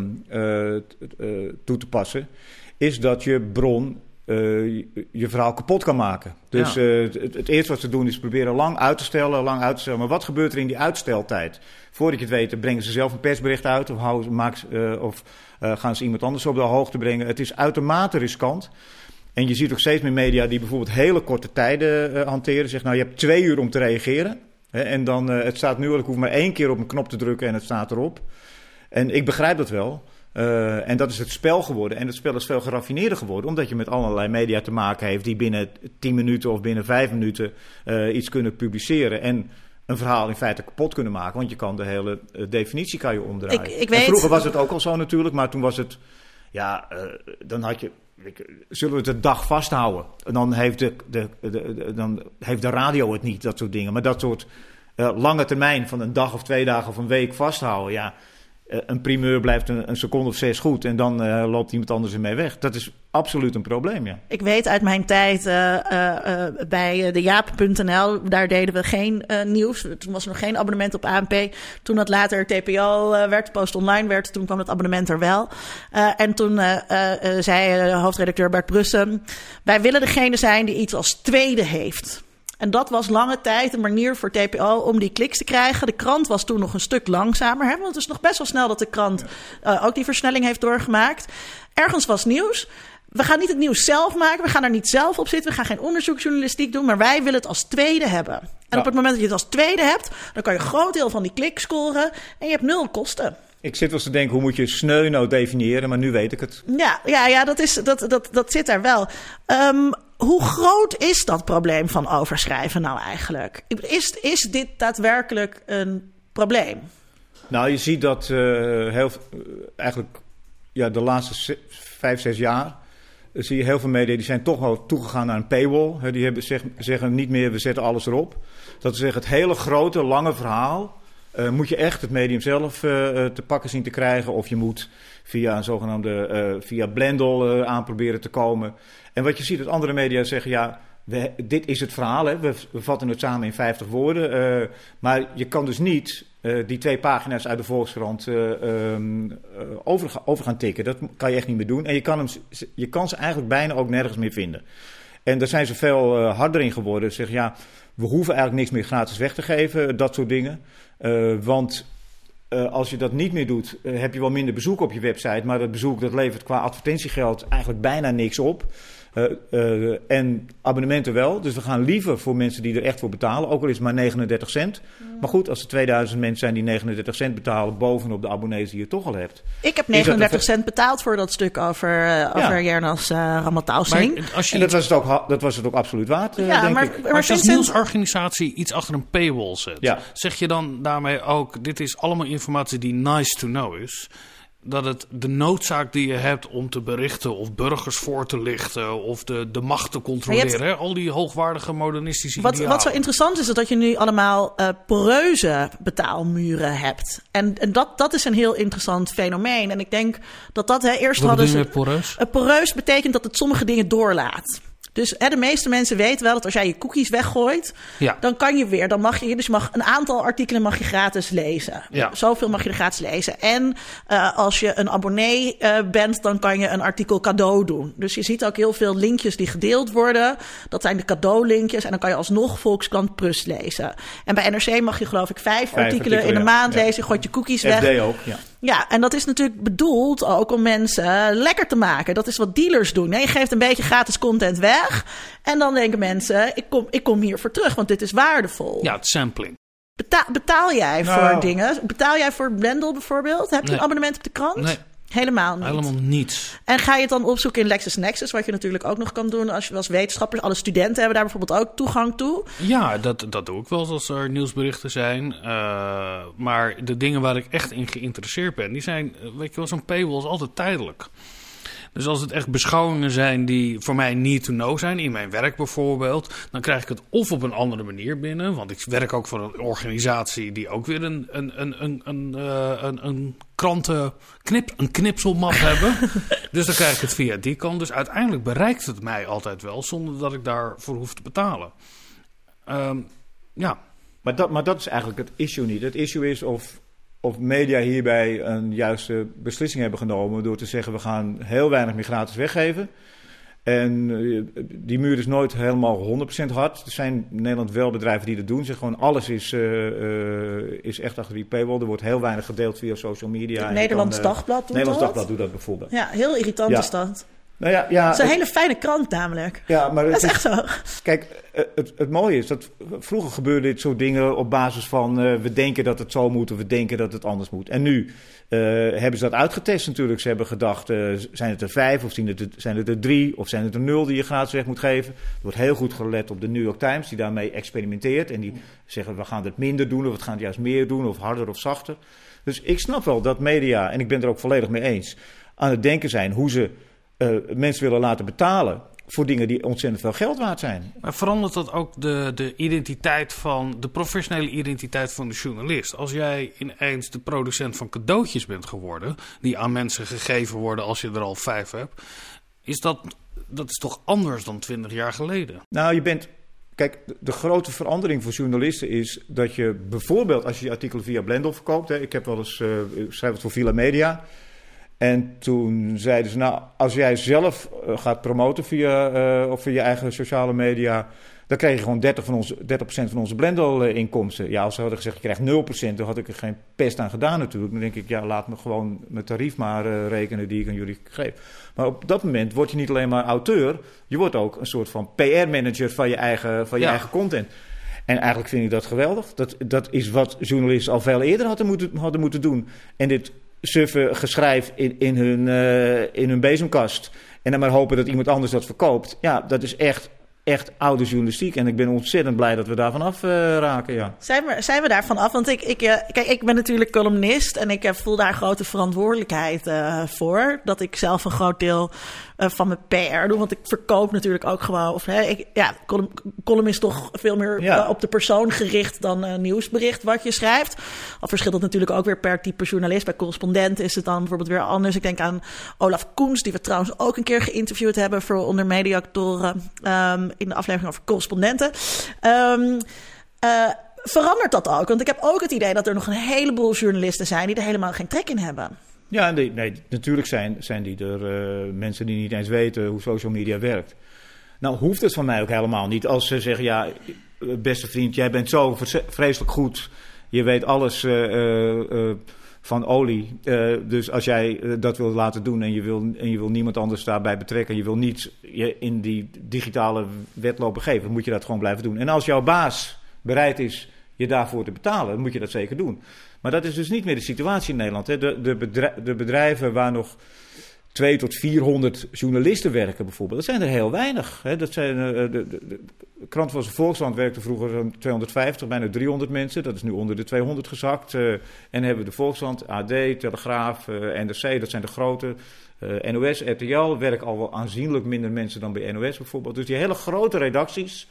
toe te passen, is dat je bron je verhaal kapot kan maken. Dus het eerste wat ze doen is proberen lang uit te stellen. Maar wat gebeurt er in die uitsteltijd? Voordat je het weet, brengen ze zelf een persbericht uit of gaan ze iemand anders op de hoogte brengen. Het is uitermate riskant. En je ziet ook steeds meer media die bijvoorbeeld hele korte tijden hanteren. Zeggen, nou, je hebt 2 uur om te reageren. En dan, het staat nu al, ik hoef maar 1 keer op een knop te drukken en het staat erop. En ik begrijp dat wel. En dat is het spel geworden. En het spel is veel geraffineerder geworden, omdat je met allerlei media te maken heeft die binnen 10 minuten of binnen 5 minuten iets kunnen publiceren. En een verhaal in feite kapot kunnen maken, want je kan de hele definitie kan je omdraaien. Ik weet... Vroeger was het ook al zo natuurlijk, maar toen was het, dan had je... Zullen we het de dag vasthouden? En dan heeft de radio het niet, dat soort dingen. Maar dat soort lange termijn van een dag of 2 dagen of een week vasthouden. Ja, een primeur blijft een seconde of 6 goed en dan loopt iemand anders ermee weg. Dat is absoluut een probleem, ja. Ik weet uit mijn tijd bij de Jaap.nl, daar deden we geen nieuws. Toen was er nog geen abonnement op ANP. Toen dat later TPO werd, Post Online werd, toen kwam het abonnement er wel. En toen zei hoofdredacteur Bert Brussen, wij willen degene zijn die iets als tweede heeft. En dat was lange tijd een manier voor TPO om die kliks te krijgen. De krant was toen nog een stuk langzamer. Hè? Want het is nog best wel snel dat de krant ook die versnelling heeft doorgemaakt. Ergens was nieuws. We gaan niet het nieuws zelf maken. We gaan er niet zelf op zitten. We gaan geen onderzoeksjournalistiek doen. Maar wij willen het als tweede hebben. En op het moment dat je het als tweede hebt, dan kan je een groot deel van die klik scoren. En je hebt 0 kosten. Ik zit wel eens te denken, hoe moet je sneu nou definiëren? Maar nu weet ik het. Ja, dat zit daar wel. Hoe groot is dat probleem van overschrijven nou eigenlijk? Is dit daadwerkelijk een probleem? Nou, je ziet dat eigenlijk de laatste 5-6 jaar zie je heel veel media die zijn toch wel toegegaan naar een paywall. Die zeggen niet meer, we zetten alles erop. Dat is zeggen, het hele grote, lange verhaal moet je echt het medium zelf te pakken zien te krijgen. Of je moet via een zogenaamde via Blendel aan proberen te komen. En wat je ziet dat andere media zeggen, dit is het verhaal. Hè? We vatten het samen in 50 woorden. Maar je kan dus niet die 2 pagina's uit de Volkskrant over gaan tikken. Dat kan je echt niet meer doen. En je kan ze eigenlijk bijna ook nergens meer vinden. En daar zijn ze veel harder in geworden. Ze zeggen, we hoeven eigenlijk niks meer gratis weg te geven. Dat soort dingen. Want als je dat niet meer doet, heb je wel minder bezoek op je website. Maar dat bezoek dat levert qua advertentiegeld eigenlijk bijna niks op. En abonnementen wel. Dus we gaan liever voor mensen die er echt voor betalen. Ook al is het maar 39 cent. Maar goed, als er 2000 mensen zijn die 39 cent betalen bovenop de abonnees die je toch al hebt. Ik heb 39 cent betaald voor dat stuk over Jernas Ramataussing. En dat was het ook absoluut waard, denk ik. Maar als je als nieuwsorganisatie iets achter een paywall zet, zeg je dan daarmee ook, dit is allemaal informatie die nice to know is. dat het de noodzaak die je hebt om te berichten of burgers voor te lichten of de macht te controleren. Hè? Al die hoogwaardige modernistische idealen. Wat zo interessant is dat je nu allemaal poreuze betaalmuren hebt. En dat is een heel interessant fenomeen. En ik denk dat eerst Wat hadden bedoel je ze... met poreus? Poreus betekent dat het sommige dingen doorlaat. Dus de meeste mensen weten wel dat als jij je cookies weggooit, dan kan je weer. Dan mag je een aantal artikelen mag je gratis lezen. Ja. Zoveel mag je er gratis lezen. En als je een abonnee bent, dan kan je een artikel cadeau doen. Dus je ziet ook heel veel linkjes die gedeeld worden. Dat zijn de cadeaulinkjes. En dan kan je alsnog Volkskrant Plus lezen. En bij NRC mag je geloof ik 5 artikelen in de maand lezen. Je gooit je cookies weg. FD ook, ja. Ja, en dat is natuurlijk bedoeld ook om mensen lekker te maken. Dat is wat dealers doen. Je geeft een beetje gratis content weg. En dan denken mensen, ik kom hiervoor terug, want dit is waardevol. Ja, het sampling. Betaal jij voor dingen? Betaal jij voor Blendel bijvoorbeeld? Heb je een abonnement op de krant? Nee. Helemaal niet. Helemaal niets. En ga je het dan opzoeken in LexisNexis, wat je natuurlijk ook nog kan doen als wetenschapper. Alle studenten hebben daar bijvoorbeeld ook toegang toe. Ja, dat doe ik wel als er nieuwsberichten zijn. Maar de dingen waar ik echt in geïnteresseerd ben, die zijn, weet je wel, zo'n paywall is altijd tijdelijk. Dus als het echt beschouwingen zijn die voor mij need to know zijn, in mijn werk bijvoorbeeld, dan krijg ik het of op een andere manier binnen. Want ik werk ook voor een organisatie die ook weer een knipselmap hebben. Dus dan krijg ik het via die kant. Dus uiteindelijk bereikt het mij altijd wel, zonder dat ik daarvoor hoef te betalen. Ja. Maar dat is eigenlijk het issue niet. Het issue is of media hierbij een juiste beslissing hebben genomen door te zeggen we gaan heel weinig meer gratis weggeven. En die muur is nooit helemaal 100% hard. Er zijn in Nederland wel bedrijven die dat doen. Zeg gewoon alles is echt achter die paywall. Er wordt heel weinig gedeeld via social media. Het Nederlands Dagblad doet Nederlands Dagblad doet dat bijvoorbeeld. Ja, heel irritant is dat. Nou ja, het is een hele fijne krant namelijk. Ja, maar dat is echt zo. Kijk, het mooie is dat vroeger gebeurde dit soort dingen op basis van we denken dat het zo moet of we denken dat het anders moet. En nu hebben ze dat uitgetest natuurlijk. Ze hebben gedacht, zijn het er 5 of zijn het er 3 of zijn het er 0 die je gratis weg moet geven. Er wordt heel goed gelet op de New York Times die daarmee experimenteert. En die zeggen we gaan het minder doen of we gaan het juist meer doen of harder of zachter. Dus ik snap wel dat media, en ik ben er ook volledig mee eens, aan het denken zijn hoe ze mensen willen laten betalen voor dingen die ontzettend veel geld waard zijn. Maar verandert dat ook de identiteit de professionele identiteit van de journalist? Als jij ineens de producent van cadeautjes bent geworden, die aan mensen gegeven worden als je er al 5 hebt, dat is toch anders dan 20 jaar geleden? Nou, kijk, de grote verandering voor journalisten is dat je bijvoorbeeld als je je artikelen via Blendel verkoopt, hè, ik heb wel eens, ik schrijf het voor Villa Media. En toen zeiden ze, nou, als jij zelf gaat promoten via je eigen sociale media, dan krijg je gewoon 30% van onze Blendel-inkomsten. Ja, als ze hadden gezegd, je krijgt 0%, dan had ik er geen pest aan gedaan natuurlijk. Dan denk ik, ja, laat me gewoon mijn tarief maar rekenen die ik aan jullie geef. Maar op dat moment word je niet alleen maar auteur, je wordt ook een soort van PR-manager van je eigen content. En eigenlijk vind ik dat geweldig. Dat is wat journalisten al veel eerder hadden moeten doen. En dit suffe geschrijf in hun bezemkast en dan maar hopen dat iemand anders dat verkoopt. Ja, dat is echt oude journalistiek en ik ben ontzettend blij dat we daarvan af raken. Ja. Zijn we daarvan af? Want ik ben natuurlijk columnist en ik voel daar grote verantwoordelijkheid voor. Dat ik zelf een groot deel van mijn PR doe. Want ik verkoop natuurlijk ook gewoon. Column is toch veel meer op de persoon gericht dan een nieuwsbericht wat je schrijft. Al verschilt dat natuurlijk ook weer per type journalist. Bij correspondent is het dan bijvoorbeeld weer anders. Ik denk aan Olaf Koens, die we trouwens ook een keer geïnterviewd hebben voor Onder Mediactoren in de aflevering over correspondenten. Verandert dat ook? Want ik heb ook het idee dat er nog een heleboel journalisten zijn die er helemaal geen trek in hebben. Ja, nee, natuurlijk zijn die er mensen die niet eens weten hoe social media werkt. Nou hoeft het van mij ook helemaal niet. Als ze zeggen, ja, beste vriend, jij bent zo vreselijk goed. Je weet alles van olie. Dus als jij dat wil laten doen en je wil niemand anders daarbij betrekken, je wil niet je in die digitale wedloop begeven, dan moet je dat gewoon blijven doen. En als jouw baas bereid is je daarvoor te betalen, dan moet je dat zeker doen. Maar dat is dus niet meer de situatie in Nederland. Hè. De bedrijven waar nog 200 tot 400 journalisten werken bijvoorbeeld. Dat zijn er heel weinig. Hè. Dat zijn, de Krant van de Volkskrant werkte vroeger zo'n 250, bijna 300 mensen. Dat is nu onder de 200 gezakt. En hebben we de Volkskrant, AD, Telegraaf, NRC, dat zijn de grote. NOS, RTL, werken al wel aanzienlijk minder mensen dan bij NOS bijvoorbeeld. Dus die hele grote redacties,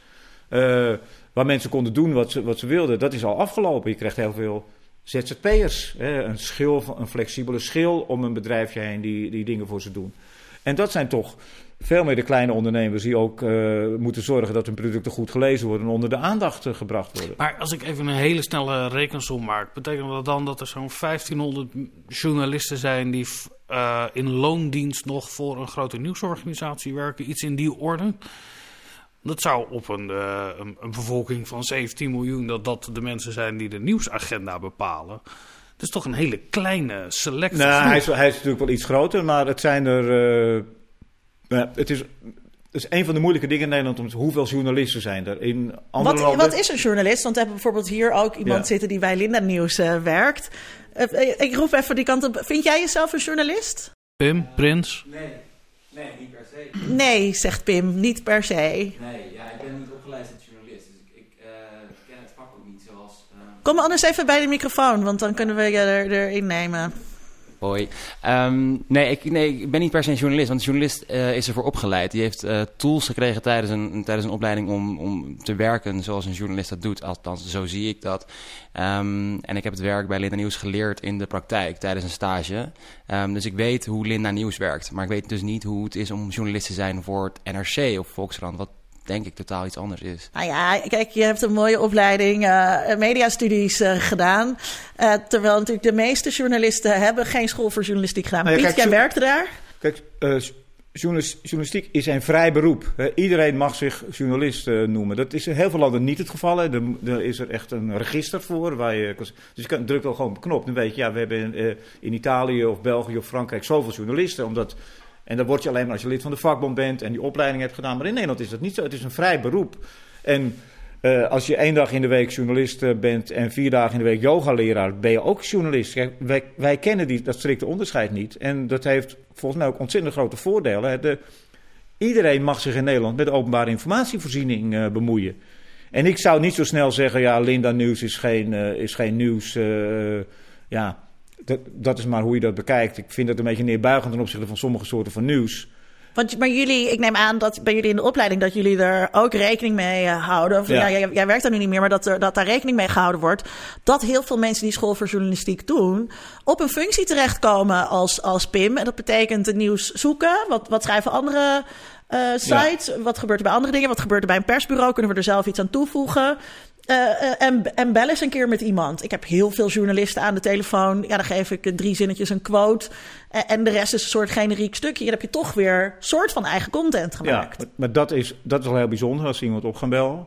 waar mensen konden doen wat ze wilden, dat is al afgelopen. Je krijgt heel veel ZZP'ers, een flexibele schil om een bedrijfje heen die dingen voor ze doen. En dat zijn toch veel meer de kleine ondernemers die ook moeten zorgen dat hun producten goed gelezen worden en onder de aandacht gebracht worden. Maar als ik even een hele snelle rekensom maak, betekent dat dan dat er zo'n 1500 journalisten zijn die in loondienst nog voor een grote nieuwsorganisatie werken? Iets in die orde? Dat zou op een bevolking van 17 miljoen, dat de mensen zijn die de nieuwsagenda bepalen. Dat is toch een hele kleine selectie. Nou, hij is natuurlijk wel iets groter, maar het zijn er... het is een van de moeilijke dingen in Nederland, hoeveel journalisten zijn er. In andere landen... Wat is een journalist? Want we hebben bijvoorbeeld hier ook iemand zitten die bij Linda Nieuws werkt. Ik roep even die kant op. Vind jij jezelf een journalist? Pim, Prins? Nee, niet per se. Nee, zegt Pim, niet per se. Nee, ik ben niet opgeleid als journalist, dus ik ken het vak ook niet zoals... Kom anders even bij de microfoon, want dan kunnen we je erin nemen. Hoi. Nee, ik ben niet per se een journalist, want een journalist is ervoor opgeleid. Die heeft tools gekregen tijdens een opleiding om te werken zoals een journalist dat doet. Althans, zo zie ik dat. En ik heb het werk bij Linda Nieuws geleerd in de praktijk tijdens een stage. Dus ik weet hoe Linda Nieuws werkt. Maar ik weet dus niet hoe het is om journalist te zijn voor het NRC of Volkskrant, wat denk ik totaal iets anders is. Nou ja, kijk, je hebt een mooie opleiding mediastudies gedaan. Terwijl natuurlijk de meeste journalisten hebben geen school voor journalistiek gedaan. Nou ja, Piet, jij werkte daar? Kijk, journalistiek is een vrij beroep. Iedereen mag zich journalist noemen. Dat is in heel veel landen niet het geval. Er is er echt een register voor. Dus je drukt al gewoon op de knop. Dan weet je, ja, we hebben in Italië of België of Frankrijk zoveel journalisten. En dan word je alleen maar als je lid van de vakbond bent en die opleiding hebt gedaan. Maar in Nederland is dat niet zo. Het is een vrij beroep. En als je 1 dag in de week journalist bent en 4 dagen in de week yogaleraar, ben je ook journalist. Kijk, wij kennen dat strikte onderscheid niet. En dat heeft volgens mij ook ontzettend grote voordelen. Iedereen mag zich in Nederland met de openbare informatievoorziening bemoeien. En ik zou niet zo snel zeggen, ja, Linda Nieuws is geen nieuws. Dat is maar hoe je dat bekijkt. Ik vind dat een beetje neerbuigend ten opzichte van sommige soorten van nieuws. Maar jullie, ik neem aan dat bij jullie in de opleiding dat jullie er ook rekening mee houden. Of, jij werkt daar nu niet meer, maar dat daar rekening mee gehouden wordt. Dat heel veel mensen die school voor journalistiek doen, op een functie terechtkomen als Pim. En dat betekent het nieuws zoeken. Wat schrijven andere sites? Ja. Wat gebeurt er bij andere dingen? Wat gebeurt er bij een persbureau? Kunnen we er zelf iets aan toevoegen? En bel eens een keer met iemand. Ik heb heel veel journalisten aan de telefoon. Ja, dan geef ik 3 zinnetjes een quote. En de rest is een soort generiek stukje. Dan heb je toch weer soort van eigen content gemaakt. Ja, maar dat is wel heel bijzonder als iemand op gaan bellen.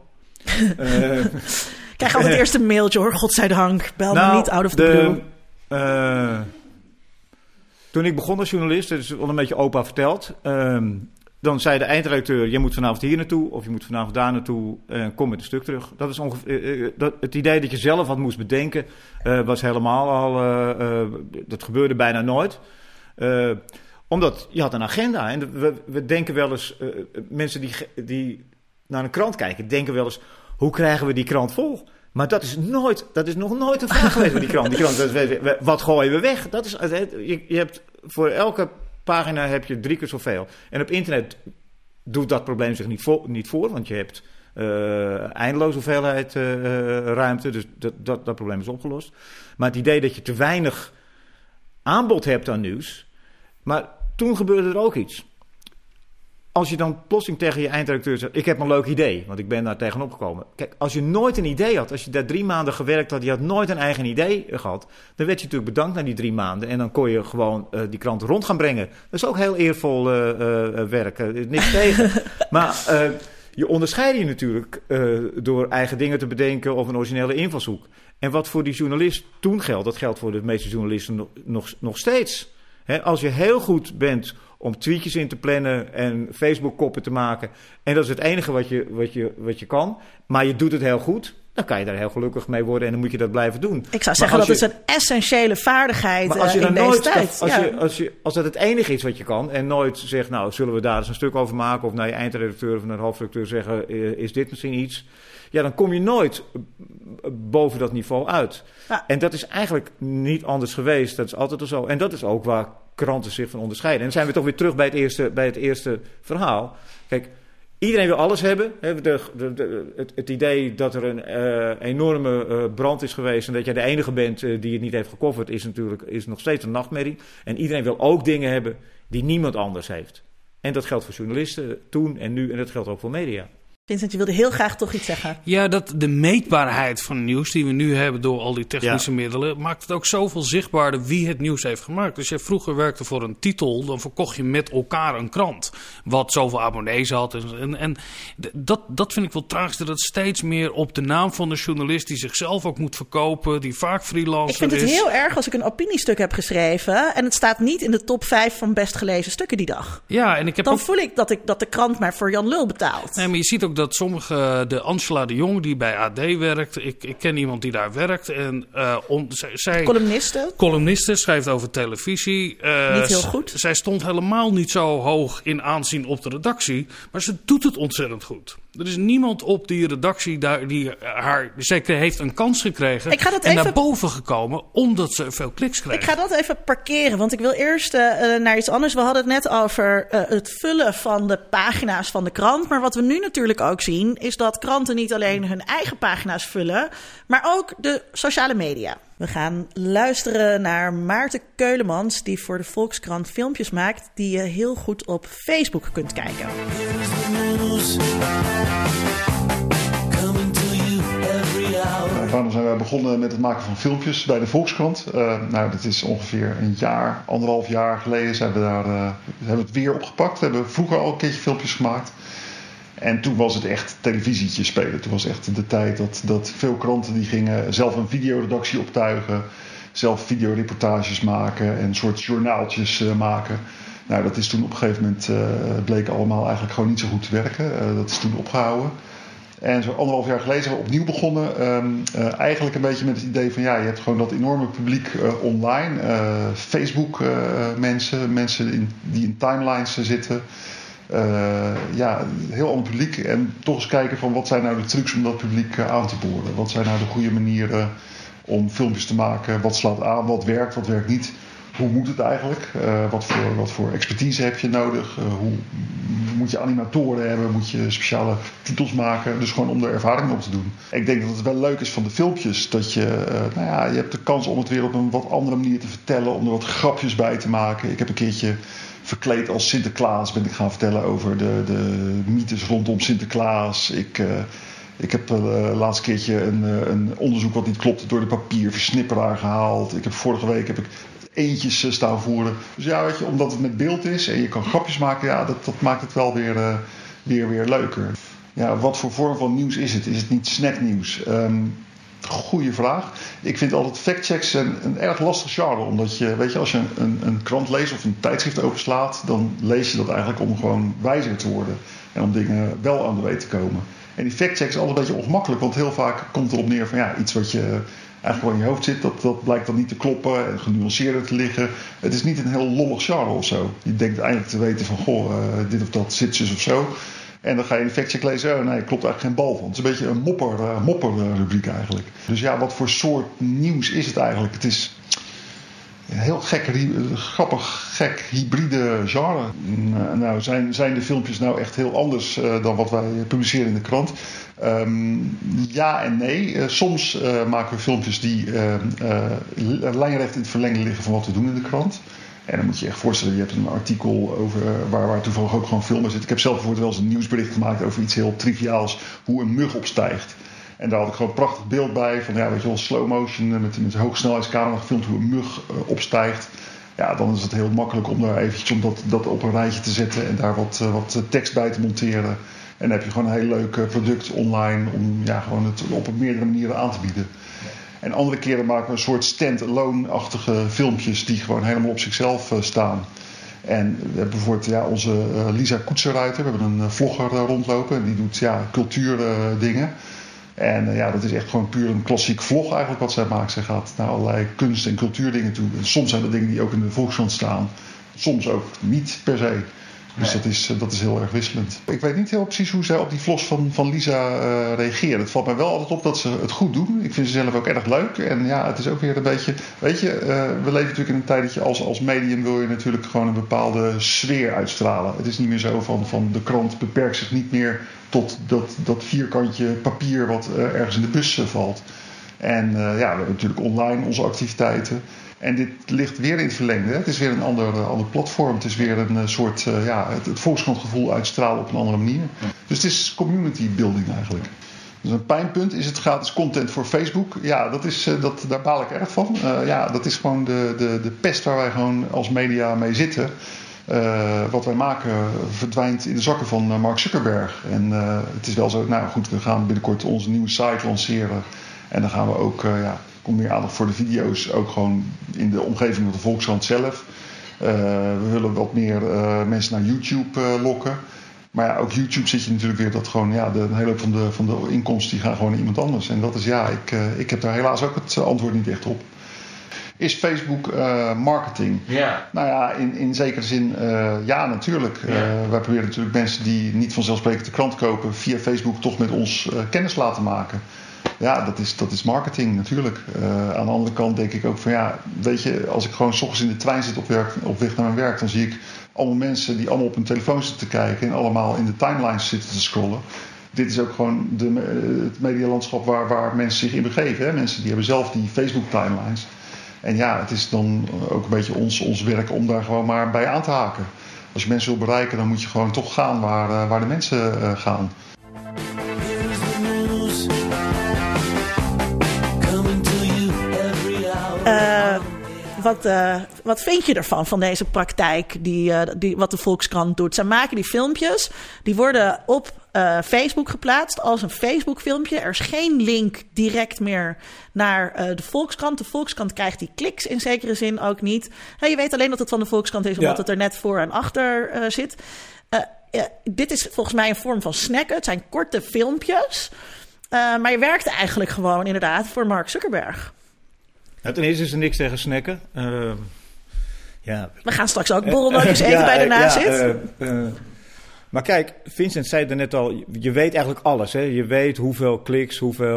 Ik krijg altijd eerst een mailtje hoor, godzijdank. Bel me niet out of the blue. Toen ik begon als journalist, dat is wel een beetje opa verteld. Dan zei de eindredacteur, je moet vanavond hier naartoe of je moet vanavond daar naartoe en kom met een stuk terug. Dat is ongeveer, het idee dat je zelf wat moest bedenken was helemaal al, dat gebeurde bijna nooit. Omdat je had een agenda. En we denken wel eens, mensen die naar een krant kijken, denken wel eens, hoe krijgen we die krant vol? Maar dat is nog nooit een vraag geweest bij die krant. Wat gooien we weg? Dat is, je hebt voor elke pagina heb je 3 keer zoveel. En op internet doet dat probleem zich niet voor, want je hebt eindeloze hoeveelheid ruimte. Dus dat probleem is opgelost. Maar het idee dat je te weinig aanbod hebt aan nieuws. Maar toen gebeurde er ook iets. Als je dan plotseling tegen je eindredacteur zegt, ik heb een leuk idee, want ik ben daar tegenop gekomen. Kijk, als je nooit een idee had, als je daar 3 maanden gewerkt had, je had nooit een eigen idee gehad, dan werd je natuurlijk bedankt na die 3 maanden. En dan kon je gewoon die kranten rond gaan brengen. Dat is ook heel eervol werk, niks tegen. Maar je onderscheidt je natuurlijk door eigen dingen te bedenken of een originele invalshoek. En wat voor die journalist toen geldt, dat geldt voor de meeste journalisten nog steeds. Als je heel goed bent om tweetjes in te plannen en Facebook-koppen te maken. En dat is het enige wat je kan. Maar je doet het heel goed. dan kan je daar heel gelukkig mee worden en dan moet je dat blijven doen. Ik zou zeggen, dat is een essentiële vaardigheid in deze tijd. Als dat het enige is wat je kan en nooit zegt, nou, zullen we daar eens een stuk over maken of naar je eindredacteur of naar de hoofdredacteur zeggen, is dit misschien iets? Ja, dan kom je nooit boven dat niveau uit. Ja. En dat is eigenlijk niet anders geweest. Dat is altijd al zo. En dat is ook waar kranten zich van onderscheiden. En dan zijn we toch weer terug bij het eerste verhaal. Kijk, iedereen wil alles hebben. Het idee dat er een enorme brand is geweest en dat jij de enige bent die het niet heeft gecoverd, is nog steeds een nachtmerrie. En iedereen wil ook dingen hebben die niemand anders heeft. En dat geldt voor journalisten toen en nu en dat geldt ook voor media. Vincent, je wilde heel graag toch iets zeggen. Ja, dat de meetbaarheid van nieuws die we nu hebben door al die technische middelen, maakt het ook zoveel zichtbaarder wie het nieuws heeft gemaakt. Dus jij vroeger werkte voor een titel, dan verkocht je met elkaar een krant. Wat zoveel abonnees had. En dat vind ik wel tragisch, dat het steeds meer op de naam van de journalist die zichzelf ook moet verkopen, die vaak freelancer is. Ik vind het heel erg als ik een opiniestuk heb geschreven en het staat niet in de top 5 van best gelezen stukken die dag. Ja, en dan voel ik dat de krant mij voor Jan Lul betaalt. Nee, maar je ziet ook dat sommige, de Angela de Jong die bij AD werkt, ik ken iemand die daar werkt. En zij columniste, schrijft over televisie. Niet heel goed. Zij stond helemaal niet zo hoog in aanzien op de redactie, maar ze doet het ontzettend goed. Er is niemand op die redactie zij heeft een kans gekregen en naar boven gekomen omdat ze veel kliks kreeg. Ik ga dat even parkeren, want ik wil eerst naar iets anders. We hadden het net over het vullen van de pagina's van de krant. Maar wat we nu natuurlijk ook zien, is dat kranten niet alleen hun eigen pagina's vullen, maar ook de sociale media. We gaan luisteren naar Maarten Keulemans, die voor de Volkskrant filmpjes maakt die je heel goed op Facebook kunt kijken. Waarom zijn wij begonnen met het maken van filmpjes bij de Volkskrant? Dat is ongeveer anderhalf jaar geleden zijn we hebben het weer opgepakt. We hebben vroeger al een keertje filmpjes gemaakt. En toen was het echt televisietje spelen. Toen was echt de tijd dat veel kranten die gingen zelf een videoredactie optuigen, zelf videoreportages maken en een soort journaaltjes maken. Nou, dat is toen op een gegeven moment bleek allemaal eigenlijk gewoon niet zo goed te werken. Dat is toen opgehouden. En zo anderhalf jaar geleden zijn we opnieuw begonnen. Eigenlijk een beetje met het idee van je hebt gewoon dat enorme publiek online. Facebook mensen die in timelines zitten. Een heel ander publiek. En toch eens kijken van wat zijn nou de trucs om dat publiek aan te boren. Wat zijn nou de goede manieren om filmpjes te maken. Wat slaat aan, wat werkt niet. Hoe moet het eigenlijk? Wat voor expertise heb je nodig? Hoe moet je animatoren hebben? Moet je speciale titels maken? Dus gewoon om er ervaring op te doen. Ik denk dat het wel leuk is van de filmpjes. Dat je hebt de kans om het weer op een wat andere manier te vertellen. Om er wat grapjes bij te maken. Ik heb een keertje verkleed als Sinterklaas ben ik gaan vertellen over de mythes rondom Sinterklaas. Ik heb laatst keertje een onderzoek wat niet klopte door de papierversnipperaar gehaald. Vorige week heb ik eentjes staan voeren. Dus omdat het met beeld is en je kan grapjes maken, dat maakt het wel weer leuker. Ja, wat voor vorm van nieuws is het? Is het niet snacknieuws? Goeie vraag. Ik vind altijd factchecks een erg lastig genre. Omdat als je een krant leest of een tijdschrift overslaat, dan lees je dat eigenlijk om gewoon wijzer te worden. En om dingen wel aan de weet te komen. En die factchecks is altijd een beetje ongemakkelijk, want heel vaak komt het erop neer van iets wat je eigenlijk gewoon in je hoofd zit, dat blijkt dan niet te kloppen en genuanceerder te liggen. Het is niet een heel lollig genre of zo. Je denkt eindelijk te weten van, dit of dat zit zus of zo. En dan ga je een factcheck lezen, nee, klopt eigenlijk geen bal van. Het is een beetje een mopperrubriek eigenlijk. Dus wat voor soort nieuws is het eigenlijk? Het is een heel gek hybride genre. Nou, zijn de filmpjes nou echt heel anders dan wat wij publiceren in de krant? Ja en nee. Soms maken we filmpjes die lijnrecht in het verlengde liggen van wat we doen in de krant. En dan moet je je echt voorstellen, je hebt een artikel over waar toevallig ook gewoon film in zit. Ik heb zelf bijvoorbeeld wel eens een nieuwsbericht gemaakt over iets heel triviaals, hoe een mug opstijgt. En daar had ik gewoon een prachtig beeld bij van, slow motion met hoogsnelheidscamera gefilmd hoe een mug opstijgt. Ja, dan is het heel makkelijk om daar eventjes om dat op een rijtje te zetten en daar wat tekst bij te monteren. En dan heb je gewoon een heel leuk product online om gewoon het op meerdere manieren aan te bieden. En andere keren maken we een soort stand-alone-achtige filmpjes die gewoon helemaal op zichzelf staan. En we hebben bijvoorbeeld onze Lisa Koetsenruiter, we hebben een vlogger rondlopen en die doet cultuurdingen. En dat is echt gewoon puur een klassiek vlog eigenlijk wat zij maakt. Zij gaat naar allerlei kunst- en cultuurdingen toe. En soms zijn dat dingen die ook in de Volkskrant staan. Soms ook niet per se. Dus dat is heel erg wisselend. Ik weet niet heel precies hoe zij op die vlogs van Lisa reageren. Het valt mij wel altijd op dat ze het goed doen. Ik vind ze zelf ook erg leuk. En het is ook weer een beetje... Weet je, we leven natuurlijk in een tijd dat je als medium wil je natuurlijk gewoon een bepaalde sfeer uitstralen. Het is niet meer zo van de krant beperkt zich niet meer tot dat vierkantje papier wat ergens in de bus valt. En we hebben natuurlijk online onze activiteiten. En dit ligt weer in het verlengde. Het is weer een ander platform. Het is weer een soort het Volkskrantgevoel uitstralen op een andere manier. Dus het is community building eigenlijk. Dus een pijnpunt is het gratis content voor Facebook. Ja, daar baal ik erg van. Dat is gewoon de pest waar wij gewoon als media mee zitten. Wat wij maken verdwijnt in de zakken van Mark Zuckerberg. En het is wel zo, we gaan binnenkort onze nieuwe site lanceren. En dan gaan we ook... komt meer aandacht voor de video's, ook gewoon in de omgeving van de Volkskrant zelf. We willen wat meer mensen naar YouTube lokken. Maar ook YouTube zit je natuurlijk weer dat gewoon, de hele hoop van de inkomsten die gaan gewoon naar iemand anders. En dat is, ik heb daar helaas ook het antwoord niet echt op. Is Facebook marketing? Ja. Nou ja, in zekere zin natuurlijk. Wij proberen natuurlijk mensen die niet vanzelfsprekend de krant kopen via Facebook toch met ons kennis laten maken. Ja, dat is marketing natuurlijk. Aan de andere kant denk ik ook van weet je, als ik gewoon 's ochtends in de trein zit op weg naar mijn werk, dan zie ik allemaal mensen die allemaal op hun telefoon zitten te kijken en allemaal in de timelines zitten te scrollen. Dit is ook gewoon het medialandschap waar mensen zich in begeven. Hè? Mensen die hebben zelf die Facebook timelines. En het is dan ook een beetje ons werk om daar gewoon maar bij aan te haken. Als je mensen wil bereiken, dan moet je gewoon toch gaan waar de mensen gaan. Wat vind je ervan, van deze praktijk wat de Volkskrant doet? Zij maken die filmpjes, die worden op Facebook geplaatst als een Facebook-filmpje. Er is geen link direct meer naar de Volkskrant. De Volkskrant krijgt die kliks in zekere zin ook niet. Je weet alleen dat het van de Volkskrant is, omdat het er net voor en achter zit. Dit is volgens mij een vorm van snacken. Het zijn korte filmpjes. Maar je werkt eigenlijk gewoon inderdaad voor Mark Zuckerberg. Ten eerste is er niks tegen snacken. We gaan straks ook borrelnootjes eten bij de nazit. Maar kijk, Vincent zei er net al, je weet eigenlijk alles. Hè? Je weet hoeveel kliks,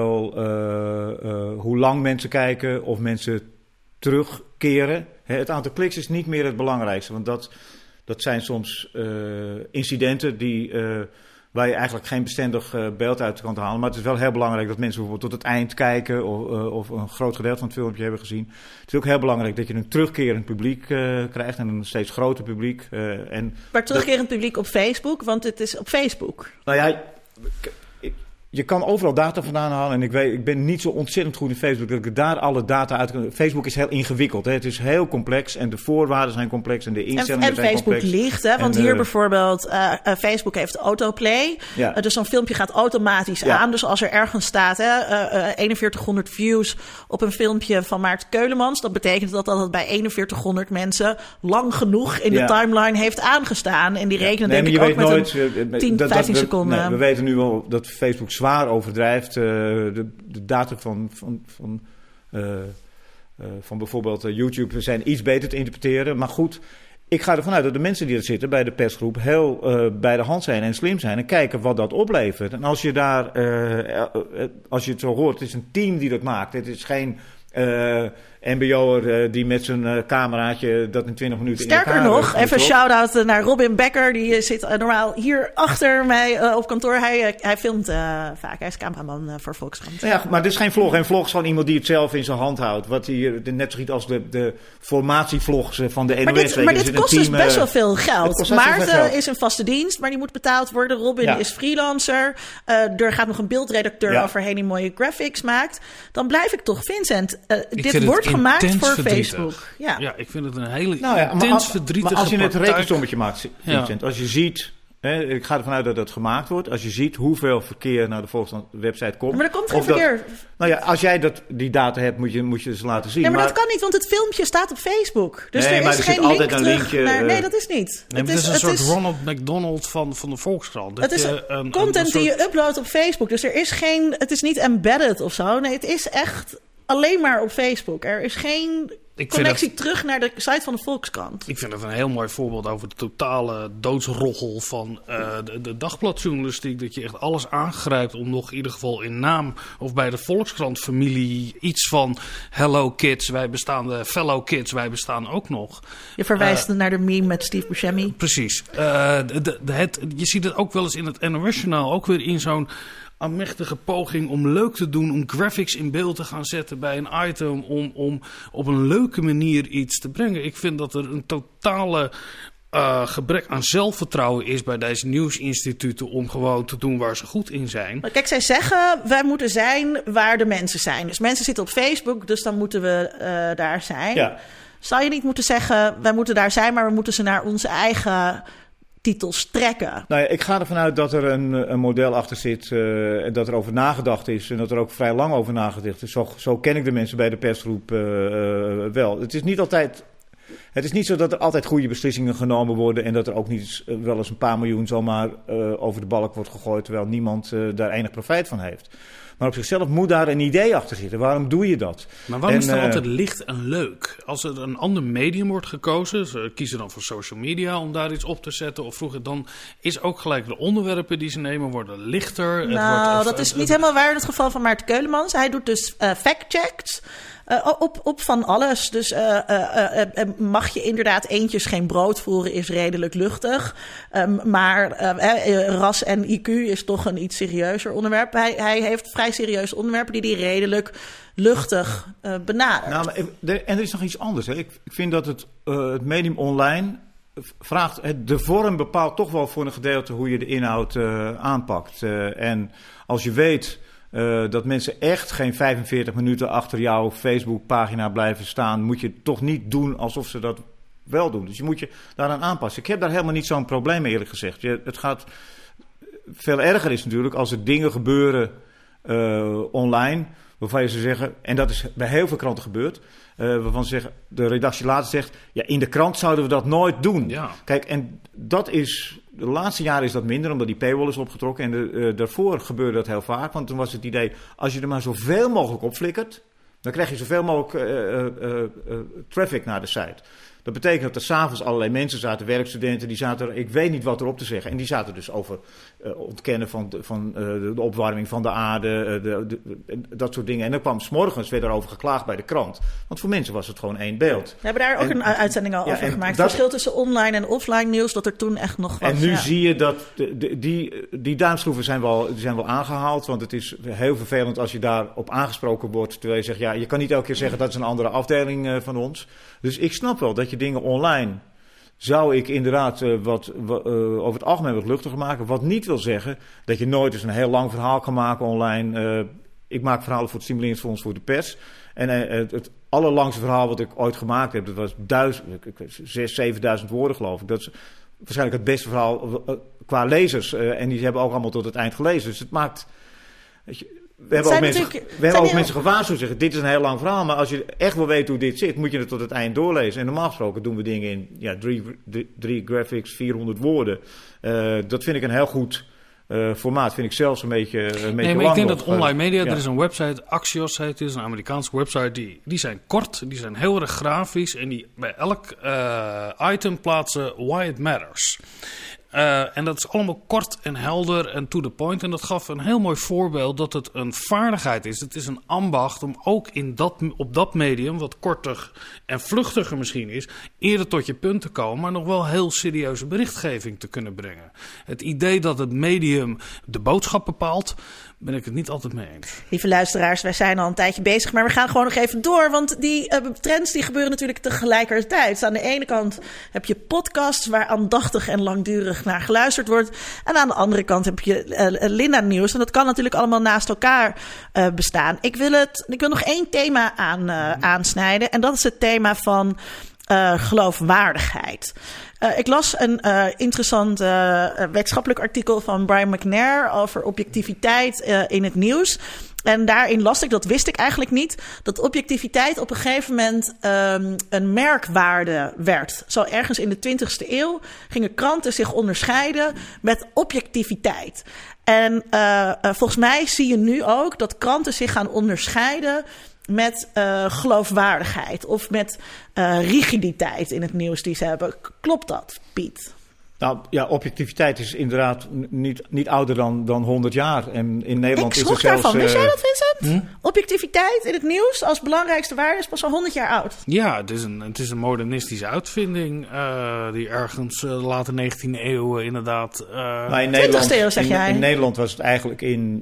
hoe lang mensen kijken, of mensen terugkeren. Het aantal kliks is niet meer het belangrijkste. Want dat zijn soms incidenten waar je eigenlijk geen bestendig beeld uit kan halen. Maar het is wel heel belangrijk dat mensen bijvoorbeeld tot het eind kijken of een groot gedeelte van het filmpje hebben gezien. Het is ook heel belangrijk dat je een terugkerend publiek krijgt en een steeds groter publiek. Maar terugkerend publiek op Facebook, want het is op Facebook. Nou ja, je kan overal data vandaan halen. En ik ben niet zo ontzettend goed in Facebook dat ik daar alle data uit kan. Facebook is heel ingewikkeld. Hè? Het is heel complex en de voorwaarden zijn complex en de instellingen zijn Facebook complex. liegt, hè? Want hier bijvoorbeeld, Facebook heeft autoplay. Ja. Dus zo'n filmpje gaat automatisch aan. Dus als er ergens staat 4100 views op een filmpje van Maarten Keulemans, dat betekent dat het bij 4100 mensen lang genoeg in de timeline heeft aangestaan. En die rekenen denk ik ook met nooit, 10-15 seconden. Nee, we weten nu wel dat Facebook zwaar overdrijft. De data van bijvoorbeeld YouTube zijn iets beter te interpreteren. Maar goed, ik ga ervan uit dat de mensen die er zitten bij de persgroep heel bij de hand zijn en slim zijn en kijken wat dat oplevert. En als je het zo hoort, het is een team die dat maakt. Het is geen MBO'er die met zijn cameraatje dat in 20 minuten Sterker in elkaar... nog, even shout-out naar Robin Becker. Die zit normaal hier achter mij op kantoor. Hij filmt vaak. Hij is cameraman voor Volkskrant. Ja, maar dit is geen vlog. Een vlog is van iemand die het zelf in zijn hand houdt. Wat hier net zo giet als de formatievlogs van de NOS. Maar dit kost dus best wel veel geld. Maarten is een vaste dienst, maar die moet betaald worden. Robin is freelancer. Er gaat nog een beeldredacteur overheen die mooie graphics maakt. Dan blijf ik toch, Vincent, dit wordt gemaakt voor verdrietig. Facebook. Ja, ik vind het een hele intens verdrietige Maar als je het praktijk. rekensommetje maakt, Vincent, als je ziet Ik ga ervan uit dat dat gemaakt wordt. Als je ziet hoeveel verkeer naar de Volkskrant-website komt. Maar er komt geen verkeer. Nou ja, als jij die data hebt, moet je ze laten zien. Nee, maar dat kan niet, want het filmpje staat op Facebook. Dus nee, er is geen altijd link een linkje. Nee, dat is niet. Nee, het is een soort Ronald McDonald van de Volkskrant. Het is content die je uploadt op Facebook. Dus het is niet embedded of zo. Nee, het is echt alleen maar op Facebook. Er is geen connectie terug naar de site van de Volkskrant. Ik vind het een heel mooi voorbeeld over de totale doodsroggel van de dagbladjournalistiek. Dat je echt alles aangrijpt om nog in ieder geval in naam of bij de Volkskrant-familie iets van Hello Kids, wij bestaan, de Fellow Kids, wij bestaan ook nog. Je verwijst naar de meme met Steve Buscemi. Precies. Je ziet het ook wel eens in het NOS-journaal, ook weer in zo'n aanmächtige poging om leuk te doen, om graphics in beeld te gaan zetten bij een item, om op een leuke manier iets te brengen. Ik vind dat er een totale gebrek aan zelfvertrouwen is bij deze nieuwsinstituten om gewoon te doen waar ze goed in zijn. Maar kijk, zij zeggen, wij moeten zijn waar de mensen zijn. Dus mensen zitten op Facebook, dus dan moeten we daar zijn. Ja. Zou je niet moeten zeggen, wij moeten daar zijn, maar we moeten ze naar onze eigen titels trekken? Nou ja, ik ga ervan uit dat er een model achter zit en dat er over nagedacht is en dat er ook vrij lang over nagedacht is. Zo ken ik de mensen bij de persgroep wel. Het is niet zo dat er altijd goede beslissingen genomen worden en dat er ook niet wel eens een paar miljoen zomaar over de balk wordt gegooid, terwijl niemand daar enig profijt van heeft. Maar op zichzelf moet daar een idee achter zitten. Waarom doe je dat? Maar waarom is het altijd licht en leuk? Als er een ander medium wordt gekozen, ze kiezen dan voor social media om daar iets op te zetten. Of vroeger dan is ook gelijk de onderwerpen die ze nemen worden lichter. Nou, dat is niet helemaal waar in het geval van Maarten Keulemans. Hij doet dus fact-checks. Op van alles. Dus mag je inderdaad eentjes geen brood voeren is redelijk luchtig. Maar ras en IQ is toch een iets serieuzer onderwerp. Hij heeft vrij serieuze onderwerpen die hij redelijk luchtig benadert. Nou, en er is nog iets anders. Hè. Ik vind dat het medium online vraagt... De vorm bepaalt toch wel voor een gedeelte hoe je de inhoud aanpakt. En als je weet dat mensen echt geen 45 minuten achter jouw Facebookpagina blijven staan, moet je toch niet doen alsof ze dat wel doen. Dus je moet je daaraan aanpassen. Ik heb daar helemaal niet zo'n probleem mee, eerlijk gezegd. Het gaat veel erger is natuurlijk als er dingen gebeuren online waarvan je ze zeggen, en dat is bij heel veel kranten gebeurd, waarvan ze zeggen, de redactie later zegt, ja, in de krant zouden we dat nooit doen. Ja. Kijk, en dat is, de laatste jaren is dat minder, omdat die paywall is opgetrokken. En daarvoor gebeurde dat heel vaak, want toen was het idee, als je er maar zoveel mogelijk op flikkert, dan krijg je zoveel mogelijk traffic naar de site. Dat betekent dat er 's avonds allerlei mensen zaten, werkstudenten, die zaten er, ik weet niet wat erop te zeggen. En die zaten dus over ontkennen van de opwarming van de aarde, dat soort dingen. En dan kwam 's morgens weer daarover geklaagd bij de krant. Want voor mensen was het gewoon één beeld. We hebben daar ook een uitzending al over gemaakt. Het verschil tussen online en offline nieuws, dat er toen echt nog was. En nu zie je dat die duimschroeven zijn wel aangehaald. Want het is heel vervelend als je daarop aangesproken wordt. Terwijl je zegt, ja, je kan niet elke keer zeggen dat is een andere afdeling van ons. Dus ik snap wel dat je dingen online zou ik inderdaad over het algemeen wat luchtiger maken. Wat niet wil zeggen dat je nooit eens een heel lang verhaal kan maken online. Ik maak verhalen voor het Stimuleringsfonds voor de pers. En het allerlangste verhaal wat ik ooit gemaakt heb, dat was 7.000 woorden geloof ik. Dat is waarschijnlijk het beste verhaal qua lezers. En die hebben ook allemaal tot het eind gelezen. Dus het maakt... Weet je, we hebben ook mensen gewaarschuwd zeggen, dit is een heel lang verhaal, maar als je echt wil weten hoe dit zit, moet je het tot het eind doorlezen. En normaal gesproken doen we dingen in 3 graphics, 400 woorden. Dat vind ik een heel goed formaat. Vind ik zelfs een beetje maar lang. Ik denk dat online media, er is een website, Axios heet het, is een Amerikaanse website, die zijn kort, die zijn heel erg grafisch en die bij elk item plaatsen why it matters. En dat is allemaal kort en helder en to the point. En dat gaf een heel mooi voorbeeld dat het een vaardigheid is. Het is een ambacht om ook op dat medium, wat korter en vluchtiger misschien is, eerder tot je punt te komen, maar nog wel heel serieuze berichtgeving te kunnen brengen. Het idee dat het medium de boodschap bepaalt, ben ik het niet altijd mee eens. Lieve luisteraars, wij zijn al een tijdje bezig, maar we gaan gewoon nog even door. Want die trends die gebeuren natuurlijk tegelijkertijd. Dus aan de ene kant heb je podcasts waar aandachtig en langdurig naar geluisterd wordt. En aan de andere kant heb je Linda Nieuws. En dat kan natuurlijk allemaal naast elkaar bestaan. Ik wil nog één thema aansnijden. En dat is het thema van geloofwaardigheid. Ik las een interessant wetenschappelijk artikel van Brian McNair over objectiviteit in het nieuws. En daarin las ik, dat wist ik eigenlijk niet, dat objectiviteit op een gegeven moment een merkwaarde werd. Zo ergens in de 20e eeuw gingen kranten zich onderscheiden met objectiviteit. En volgens mij zie je nu ook dat kranten zich gaan onderscheiden met geloofwaardigheid of met rigiditeit in het nieuws die ze hebben. Klopt dat, Piet? Nou ja, objectiviteit is inderdaad niet ouder dan 100 jaar. En in Nederland is er zelfs... Ik schrok daarvan. Wist jij dat, Vincent? Objectiviteit in het nieuws als belangrijkste waarde is pas al 100 jaar oud. Ja, het is een modernistische uitvinding die ergens late 19e eeuw inderdaad... in Nederland, 20e eeuw, zeg jij? In Nederland was het eigenlijk in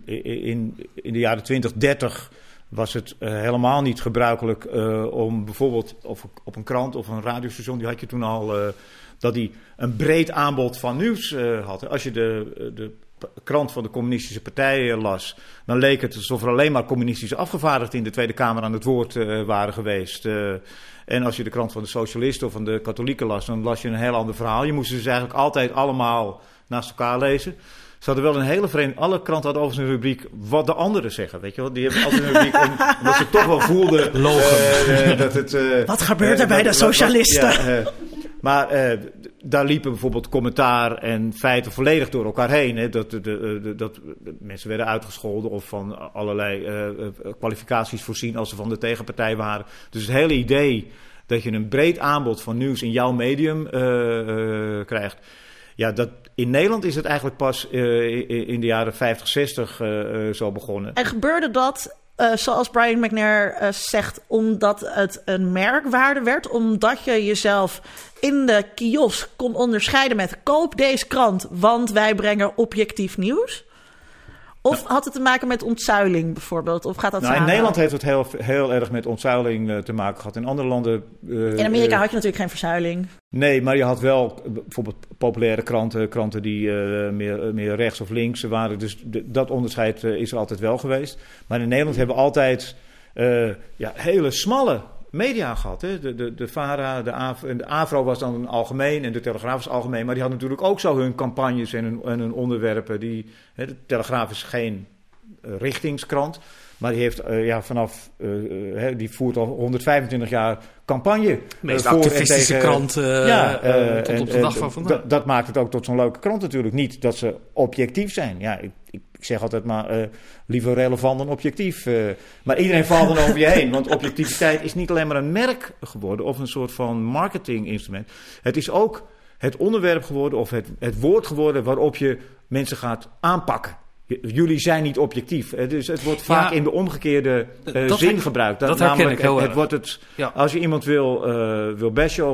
de jaren 20, 30... was het helemaal niet gebruikelijk om bijvoorbeeld op een krant of een radiostation, die had je toen al, dat die een breed aanbod van nieuws had. Als je de krant van de communistische partij las, dan leek het alsof er alleen maar communistische afgevaardigden in de Tweede Kamer aan het woord waren geweest. En als je de krant van de socialisten of van de katholieken las, dan las je een heel ander verhaal. Je moest ze dus eigenlijk altijd allemaal naast elkaar lezen. Ze hadden wel een hele vreemde... Alle kranten hadden overigens een rubriek wat de anderen zeggen, weet je wel. Die hebben altijd een rubriek omdat ze toch wel voelden... dat het... wat gebeurt er bij de socialisten? Maar daar liepen bijvoorbeeld commentaar en feiten volledig door elkaar heen. Hè. Dat mensen werden uitgescholden of van allerlei kwalificaties voorzien als ze van de tegenpartij waren. Dus het hele idee dat je een breed aanbod van nieuws in jouw medium krijgt... Ja, in Nederland is het eigenlijk pas in de jaren 50, 60 zo begonnen. En gebeurde dat, zoals Brian McNair zegt, omdat het een merkwaarde werd? Omdat je jezelf in de kiosk kon onderscheiden met koop deze krant, want wij brengen objectief nieuws? Of had het te maken met ontzuiling bijvoorbeeld? Of gaat dat samen? In Nederland heeft het heel erg met ontzuiling te maken gehad. In andere landen... in Amerika had je natuurlijk geen verzuiling. Nee, maar je had wel bijvoorbeeld populaire kranten die meer rechts of links waren. Dus dat onderscheid is er altijd wel geweest. Maar in Nederland hebben we altijd hele smalle media gehad. Hè? De VARA, de AVRO was dan algemeen en de Telegraaf was algemeen. Maar die hadden natuurlijk ook zo hun campagnes en hun onderwerpen. De Telegraaf is geen richtingskrant. Maar die heeft die voert al 125 jaar campagne. De meest activistische krant tot op de dag van vandaag. Dat maakt het ook tot zo'n leuke krant natuurlijk. Niet dat ze objectief zijn. Ja, ik zeg altijd maar liever relevant dan objectief. Maar iedereen valt dan over je heen. Want objectiviteit is niet alleen maar een merk geworden of een soort van marketinginstrument. Het is ook het onderwerp geworden of het woord geworden waarop je mensen gaat aanpakken. Jullie zijn niet objectief. Dus het wordt vaak in de omgekeerde zin gebruikt. Dat herken ik heel erg. Als je iemand wil bashen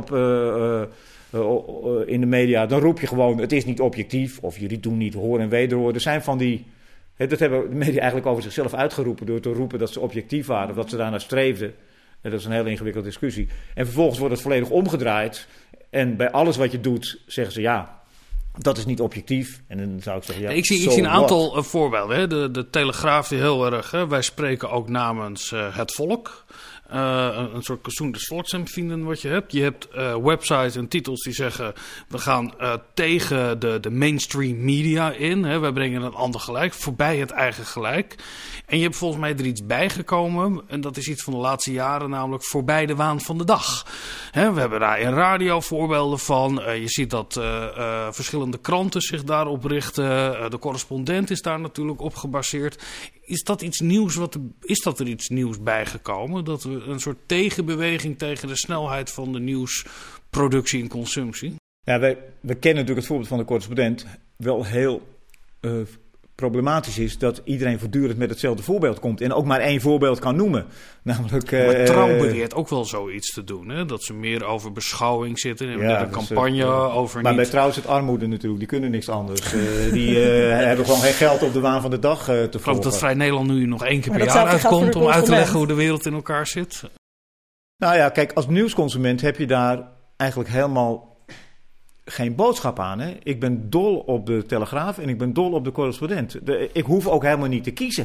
in de media, dan roep je gewoon het is niet objectief. Of jullie doen niet hoor en wederhoor. Er zijn van die... Dat hebben de media eigenlijk over zichzelf uitgeroepen door te roepen dat ze objectief waren. Of dat ze daarnaar streefden. Dat is een hele ingewikkelde discussie. En vervolgens wordt het volledig omgedraaid. En bij alles wat je doet zeggen ze dat is niet objectief. En dan zou ik zeggen, ik zie een aantal voorbeelden. Hè. De Telegraaf die heel erg... wij spreken ook namens het volk. Een soort Kazoen des Volksempfinden wat je hebt. Je hebt websites en titels die zeggen... we gaan tegen de mainstream media in. Hè. Wij brengen een ander gelijk. Voorbij het eigen gelijk. En je hebt volgens mij er iets bijgekomen. En dat is iets van de laatste jaren. Namelijk voorbij de waan van de dag. Hè, we hebben daar in radio voorbeelden van. Je ziet dat verschillende kranten zich daarop richten. De correspondent is daar natuurlijk op gebaseerd. Is dat iets nieuws? Is dat er iets nieuws bijgekomen? Dat we een soort tegenbeweging tegen de snelheid van de nieuwsproductie en consumptie? Ja, we kennen natuurlijk het voorbeeld van de correspondent. Wel heel problematisch is dat iedereen voortdurend met hetzelfde voorbeeld komt. En ook maar één voorbeeld kan noemen. Namelijk, maar Trouw beweert ook wel zoiets te doen. Hè? Dat ze meer over beschouwing zitten. En meer een campagne over maar bij Trouw is het armoede natuurlijk. Die kunnen niks anders. Die hebben gewoon geen geld op de waan van de dag te volgen. Ik geloof dat Vrij Nederland nu nog 1 keer per jaar uitkomt om uit te leggen hoe de wereld in elkaar zit. Nou ja, kijk, als nieuwsconsument heb je daar eigenlijk helemaal geen boodschap aan. Hè? Ik ben dol op de Telegraaf en ik ben dol op de correspondent. Ik hoef ook helemaal niet te kiezen.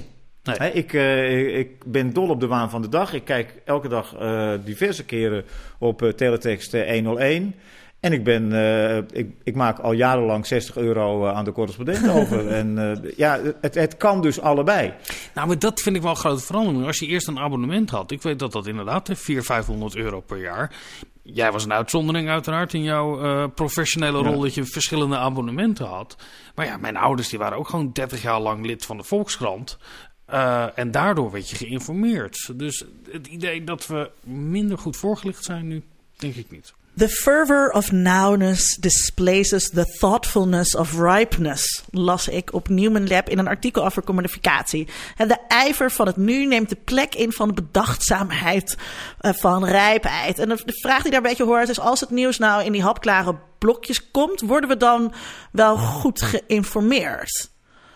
Nee. Ik ben dol op de waan van de dag. Ik kijk elke dag diverse keren op teletext 101. En ik maak al jarenlang €60 aan de correspondent over. En het kan dus allebei. Nou, maar dat vind ik wel een grote verandering. Als je eerst een abonnement had, ik weet dat inderdaad €400-500 per jaar. Jij was een uitzondering uiteraard in jouw professionele rol dat je verschillende abonnementen had. Maar ja, mijn ouders die waren ook gewoon 30 jaar lang lid van de Volkskrant. En daardoor werd je geïnformeerd. Dus het idee dat we minder goed voorgelicht zijn nu, denk ik niet. The fervor of nowness displaces the thoughtfulness of ripeness, las ik op Newman Lab in een artikel over commodificatie. En de ijver van het nu neemt de plek in van de bedachtzaamheid van rijpheid. En de vraag die daar een beetje hoort is, als het nieuws nou in die hapklare blokjes komt, worden we dan wel goed geïnformeerd?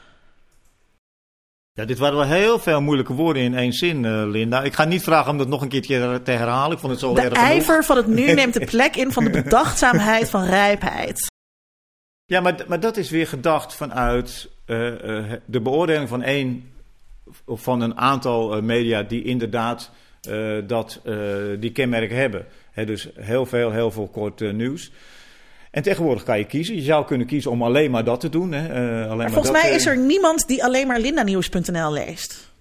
Ja, dit waren wel heel veel moeilijke woorden in één zin, Linda. Ik ga niet vragen om dat nog een keertje te herhalen. Ik vond het zo erg genoeg. De ijver van het nu neemt de plek in van de bedachtzaamheid van rijpheid. Ja, maar dat is weer gedacht vanuit de beoordeling van een aantal media die inderdaad die kenmerken hebben. Dus heel veel kort nieuws. En tegenwoordig kan je kiezen. Je zou kunnen kiezen om alleen maar dat te doen. Maar volgens mij is er niemand die alleen maar lindanews.nl leest.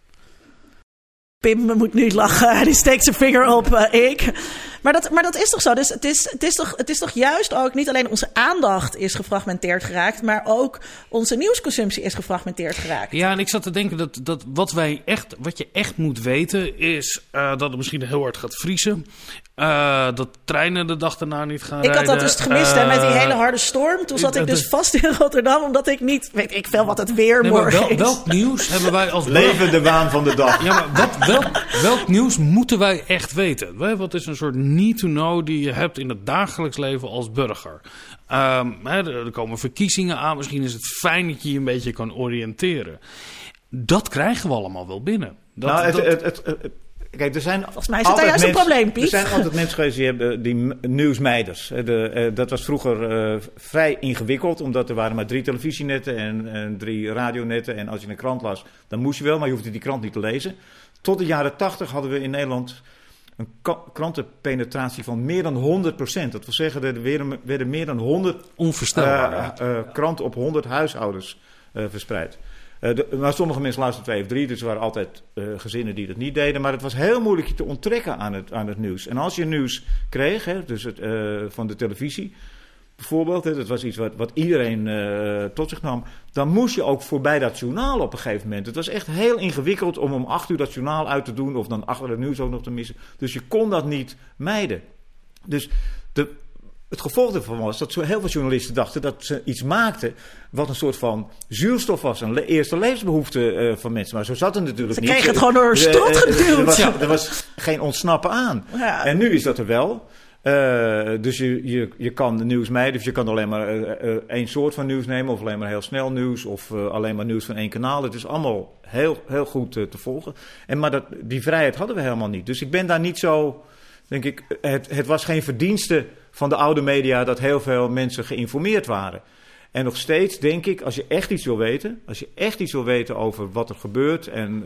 Pim moet nu lachen. Die steekt zijn vinger op. Maar dat is toch zo? Dus het is toch juist ook niet alleen onze aandacht is gefragmenteerd geraakt, maar ook onze nieuwsconsumptie is gefragmenteerd geraakt. Ja, en ik zat te denken dat wat je echt moet weten is dat het misschien heel hard gaat vriezen. Dat treinen de dag daarna niet gaan rijden. Ik had dat dus gemist met die hele harde storm. Toen zat ik dus vast in Rotterdam, omdat ik niet weet ik veel wat het weer morgen is. Welk nieuws hebben wij als leven de waan van de dag? Ja, maar welk nieuws moeten wij echt weten? Wat is een soort need to know die je hebt in het dagelijks leven als burger? Er komen verkiezingen aan. Misschien is het fijn dat je je een beetje kan oriënteren. Dat krijgen we allemaal wel binnen. Kijk, er zijn volgens mij is het daar juist een probleem, Piet. Er zijn altijd mensen geweest die hebben die nieuwsmeiders. Dat was vroeger vrij ingewikkeld, omdat er waren maar 3 televisienetten en 3 radionetten. En als je een krant las, dan moest je wel, maar je hoefde die krant niet te lezen. Tot de jaren 80 hadden we in Nederland een krantenpenetratie van meer dan 100%. Dat wil zeggen, er werden meer dan 100 kranten op 100 huishoudens verspreid. Maar sommige mensen luisterden 2 of 3, dus er waren altijd gezinnen die dat niet deden. Maar het was heel moeilijk je te onttrekken aan het nieuws. En als je nieuws kreeg, dus van de televisie bijvoorbeeld, dat was iets wat iedereen tot zich nam, dan moest je ook voorbij dat journaal op een gegeven moment. Het was echt heel ingewikkeld om 8 uur dat journaal uit te doen of dan achter het nieuws ook nog te missen. Dus je kon dat niet mijden. Dus het gevolg ervan was dat heel veel journalisten dachten dat ze iets maakten wat een soort van zuurstof was. Een eerste levensbehoefte van mensen. Maar zo zat het natuurlijk niet. Ze kregen het gewoon door strot geduwd. Er was geen ontsnappen aan. Ja. En nu is dat er wel. Dus je kan nieuws mijden. Of je kan alleen maar één soort van nieuws nemen. Of alleen maar heel snel nieuws. Of alleen maar nieuws van 1 kanaal. Het is allemaal heel, heel goed te volgen. Maar die vrijheid hadden we helemaal niet. Dus ik ben daar niet zo, denk ik, het was geen verdienste van de oude media dat heel veel mensen geïnformeerd waren. En nog steeds denk ik, als je echt iets wil weten over wat er gebeurt en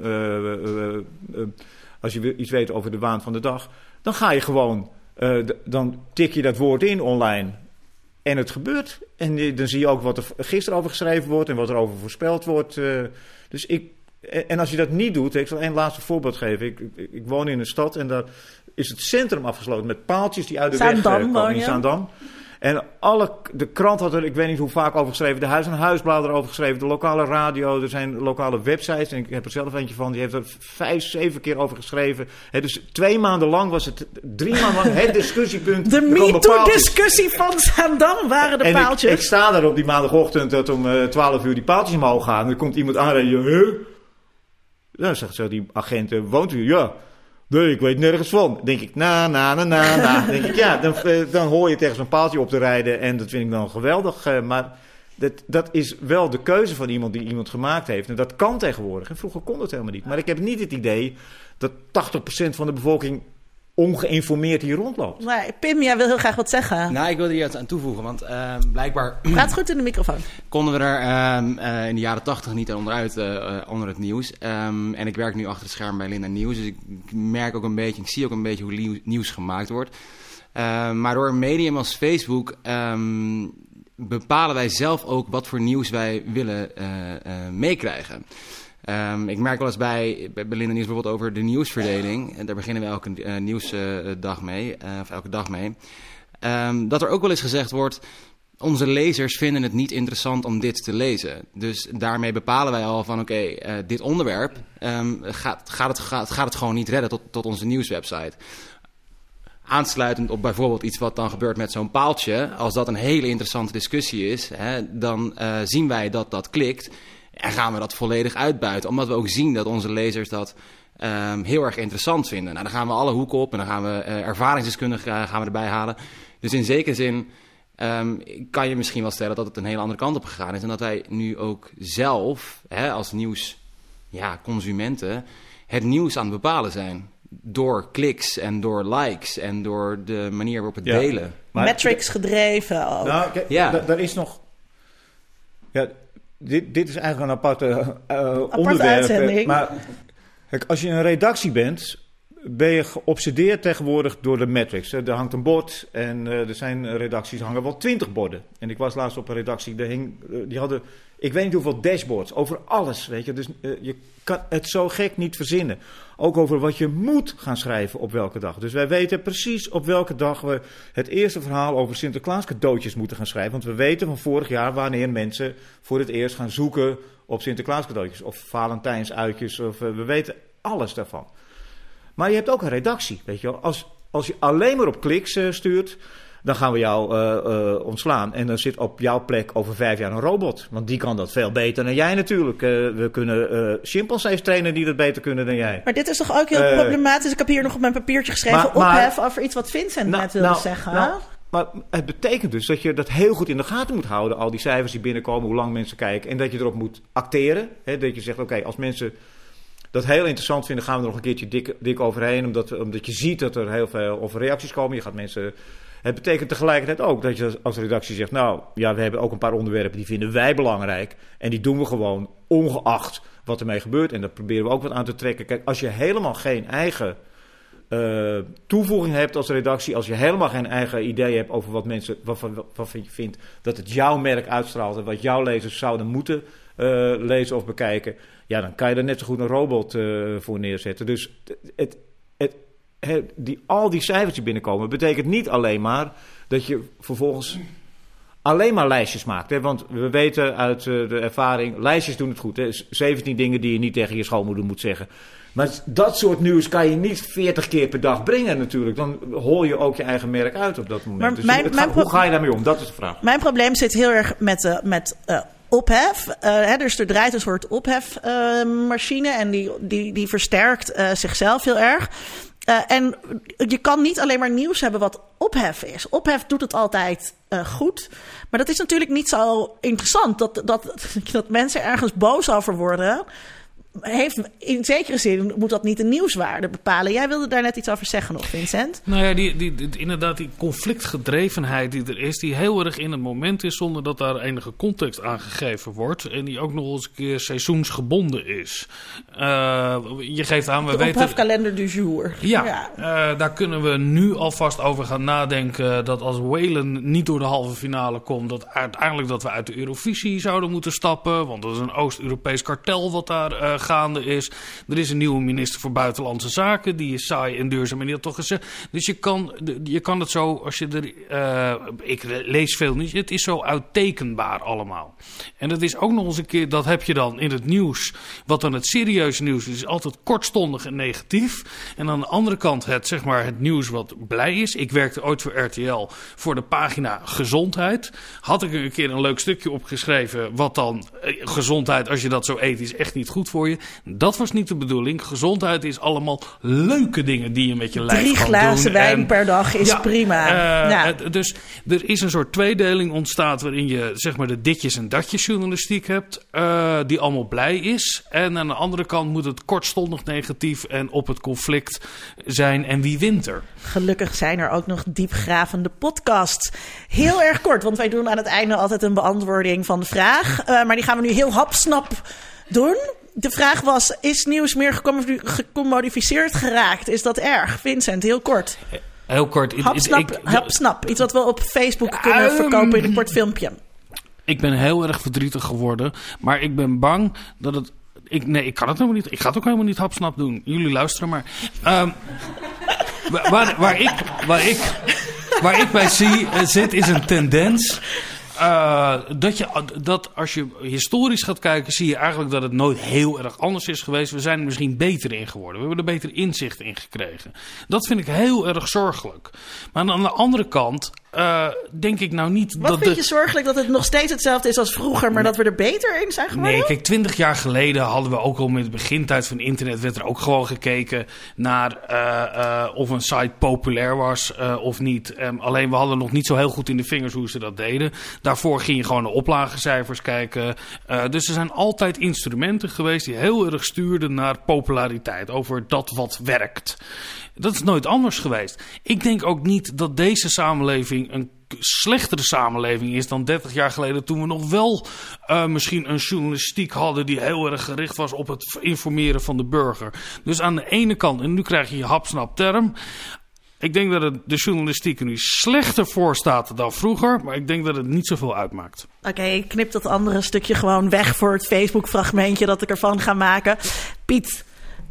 als je iets weet over de waan van de dag, dan ga je gewoon, dan tik je dat woord in online en het gebeurt. En dan zie je ook wat er gisteren over geschreven wordt en wat er over voorspeld wordt. En als je dat niet doet, ik zal één laatste voorbeeld geven. Ik woon in een stad en daar is het centrum afgesloten met paaltjes die uit de weg komen in Zaandam. En de krant had er, ik weet niet hoe vaak over geschreven, de Huis en Huisblad erover geschreven, de lokale radio, er zijn lokale websites, en ik heb er zelf eentje van, die heeft er 5-7 keer over geschreven. Dus 2 maanden lang was het, 3 maanden lang het discussiepunt. De MeToo-discussie van Zaandam waren de paaltjes. Ik sta daar op die maandagochtend dat om 12 uur die paaltjes omhoog gaan. En er komt iemand aanrijden. Dan zegt zo die agent, woont u? Ja. Nee, ik weet nergens van. Dan denk ik, na. Denk ik, ja, dan hoor je tegen zo'n paaltje op te rijden. En dat vind ik dan geweldig. Maar dat is wel de keuze van iemand die iemand gemaakt heeft. En dat kan tegenwoordig. En vroeger kon dat helemaal niet. Maar ik heb niet het idee dat 80% van de bevolking ongeïnformeerd hier rondloopt. Nee, Pim, jij wil heel graag wat zeggen. Nou, ik wilde hier iets aan toevoegen, want blijkbaar... Praat goed in de microfoon. Konden we er in de jaren 80 niet onderuit onder het nieuws. En ik werk nu achter het scherm bij Linda Nieuws, dus ik merk ook een beetje, ik zie ook een beetje hoe nieuws gemaakt wordt. Maar door een medium als Facebook bepalen wij zelf ook wat voor nieuws wij willen meekrijgen. Ik merk wel eens bij Linda Nieuws bijvoorbeeld over de nieuwsverdeling. En daar beginnen we elke nieuwsdag mee, of elke dag mee. Dat er ook wel eens gezegd wordt, onze lezers vinden het niet interessant om dit te lezen. Dus daarmee bepalen wij al van oké, dit onderwerp gaat het gewoon niet redden tot onze nieuwswebsite. Aansluitend op bijvoorbeeld iets wat dan gebeurt met zo'n paaltje. Als dat een hele interessante discussie is, dan zien wij dat klikt. En gaan we dat volledig uitbuiten. Omdat we ook zien dat onze lezers dat heel erg interessant vinden. Nou, dan gaan we alle hoeken op en dan gaan we ervaringsdeskundigen gaan we erbij halen. Dus in zekere zin kan je misschien wel stellen dat het een hele andere kant op gegaan is. En dat wij nu ook zelf als nieuwsconsumenten het nieuws aan het bepalen zijn. Door kliks en door likes en door de manier waarop het delen. Metrics gedreven ook. Nou, kijk, daar is nog... Ja, dit is eigenlijk een aparte onderwerp. Uitzending. Maar kijk, als je een redactie bent, ben je geobsedeerd tegenwoordig door de metrics. Er hangt een bord en er zijn redacties hangen wel 20 borden. En ik was laatst op een redactie, die hadden, ik weet niet hoeveel dashboards, over alles, weet je. Dus je kan het zo gek niet verzinnen. Ook over wat je moet gaan schrijven op welke dag. Dus wij weten precies op welke dag we het eerste verhaal over Sinterklaas cadeautjes moeten gaan schrijven. Want we weten van vorig jaar wanneer mensen voor het eerst gaan zoeken op Sinterklaas cadeautjes. Of Valentijnsuitjes, of we weten alles daarvan. Maar je hebt ook een redactie, weet je wel. Als je alleen maar op kliks stuurt, dan gaan we jou ontslaan. En dan zit op jouw plek over 5 jaar een robot. Want die kan dat veel beter dan jij natuurlijk. We kunnen chimpansees trainen die dat beter kunnen dan jij. Maar dit is toch ook heel problematisch? Ik heb hier nog op mijn papiertje geschreven ophef over iets wat Vincent net wilde zeggen. Maar het betekent dus dat je dat heel goed in de gaten moet houden. Al die cijfers die binnenkomen, hoe lang mensen kijken. En dat je erop moet acteren. Hè, dat je zegt, oké, als mensen dat heel interessant vinden, gaan we er nog een keertje dik overheen. Omdat je ziet dat er heel veel over reacties komen. Je gaat mensen... Het betekent tegelijkertijd ook dat je als redactie zegt, nou ja, we hebben ook een paar onderwerpen die vinden wij belangrijk. En die doen we gewoon ongeacht wat ermee gebeurt. En daar proberen we ook wat aan te trekken. Kijk, als je helemaal geen eigen toevoeging hebt als redactie, als je helemaal geen eigen idee hebt over wat mensen, waarvan je vindt dat het jouw merk uitstraalt en wat jouw lezers zouden moeten lezen of bekijken, ja, dan kan je er net zo goed een robot voor neerzetten. Dus al die cijfers die binnenkomen, betekent niet alleen maar dat je vervolgens alleen maar lijstjes maakt. Hè? Want we weten uit de ervaring, lijstjes doen het goed. Hè? 17 dingen die je niet tegen je schoonmoeder moet zeggen. Maar dat soort nieuws kan je niet 40 keer per dag brengen natuurlijk. Dan hol je ook je eigen merk uit op dat moment. Maar hoe ga je daarmee om? Dat is de vraag. Mijn probleem zit heel erg met ophef. Dus er draait een soort ophefmachine en die versterkt zichzelf heel erg. En je kan niet alleen maar nieuws hebben wat ophef is. Ophef doet het altijd goed. Maar dat is natuurlijk niet zo interessant. Dat mensen ergens boos over worden, in zekere zin moet dat niet de nieuwswaarde bepalen. Jij wilde daar net iets over zeggen nog, Vincent. Nou ja, inderdaad die conflictgedrevenheid die er is, die heel erg in het moment is, zonder dat daar enige context aan gegeven wordt. En die ook nog eens een keer seizoensgebonden is. Je geeft aan, we weten... De ophefkalender du jour. Ja. Daar kunnen we nu alvast over gaan nadenken dat als Whalen niet door de halve finale komt, dat uiteindelijk dat we uit de Eurovisie zouden moeten stappen. Want dat is een Oost-Europees kartel wat daar gaande is. Er is een nieuwe minister voor Buitenlandse Zaken. Die is saai en duurzaam en die had toch gezegd. Dus je kan het zo, als je ik lees veel niet. Het is zo uittekenbaar allemaal. En dat is ook nog eens een keer, dat heb je dan in het nieuws. Wat dan het serieuze nieuws is altijd kortstondig en negatief. En aan de andere kant het nieuws wat blij is. Ik werkte ooit voor RTL voor de pagina gezondheid. Had ik een keer een leuk stukje opgeschreven. Wat dan gezondheid, als je dat zo eet, is echt niet goed voor je. gooien. Dat was niet de bedoeling. Gezondheid is allemaal leuke dingen die je met je lijf 3 kan doen. glazen wijn per dag is prima. Dus er is een soort tweedeling ontstaat waarin je zeg maar de ditjes en datjes journalistiek hebt. Die allemaal blij is. En aan de andere kant moet het kortstondig negatief en op het conflict zijn. En wie wint er? Gelukkig zijn er ook nog diepgravende podcasts. Heel erg kort, want wij doen aan het einde altijd een beantwoording van de vraag. Maar die gaan we nu heel hapsnap doen. De vraag was, is nieuws meer gecommodificeerd geraakt? Is dat erg? Vincent, heel kort. Heel kort. Hapsnap. Iets wat we op Facebook kunnen verkopen in een kort filmpje. Ik ben heel erg verdrietig geworden. Maar ik ben bang dat het... ik kan het helemaal niet. Ik ga het ook helemaal niet hapsnap doen. Jullie luisteren maar. Waar ik bij zit is een tendens... dat als je historisch gaat kijken, zie je eigenlijk dat het nooit heel erg anders is geweest. We zijn er misschien beter in geworden. We hebben er beter inzicht in gekregen. Dat vind ik heel erg zorgelijk. Maar aan de andere kant denk ik nou niet Wat vind je zorgelijk dat het nog steeds hetzelfde is als vroeger, maar dat we er beter in zijn geworden? Nee, kijk, 20 jaar geleden hadden we ook al met de begintijd van internet, werd er ook gewoon gekeken naar of een site populair was of niet. Alleen we hadden nog niet zo heel goed in de vingers hoe ze dat deden. Daarvoor ging je gewoon naar oplagecijfers kijken. Dus er zijn altijd instrumenten geweest die heel erg stuurden naar populariteit. Over dat wat werkt. Dat is nooit anders geweest. Ik denk ook niet dat deze samenleving een slechtere samenleving is dan 30 jaar geleden, toen we nog wel misschien een journalistiek hadden die heel erg gericht was op het informeren van de burger. Dus aan de ene kant, en nu krijg je je hapsnap term, ik denk dat de journalistiek er nu slechter voor staat dan vroeger, maar ik denk dat het niet zoveel uitmaakt. Oké, ik knip dat andere stukje gewoon weg voor het Facebook-fragmentje dat ik ervan ga maken. Piet,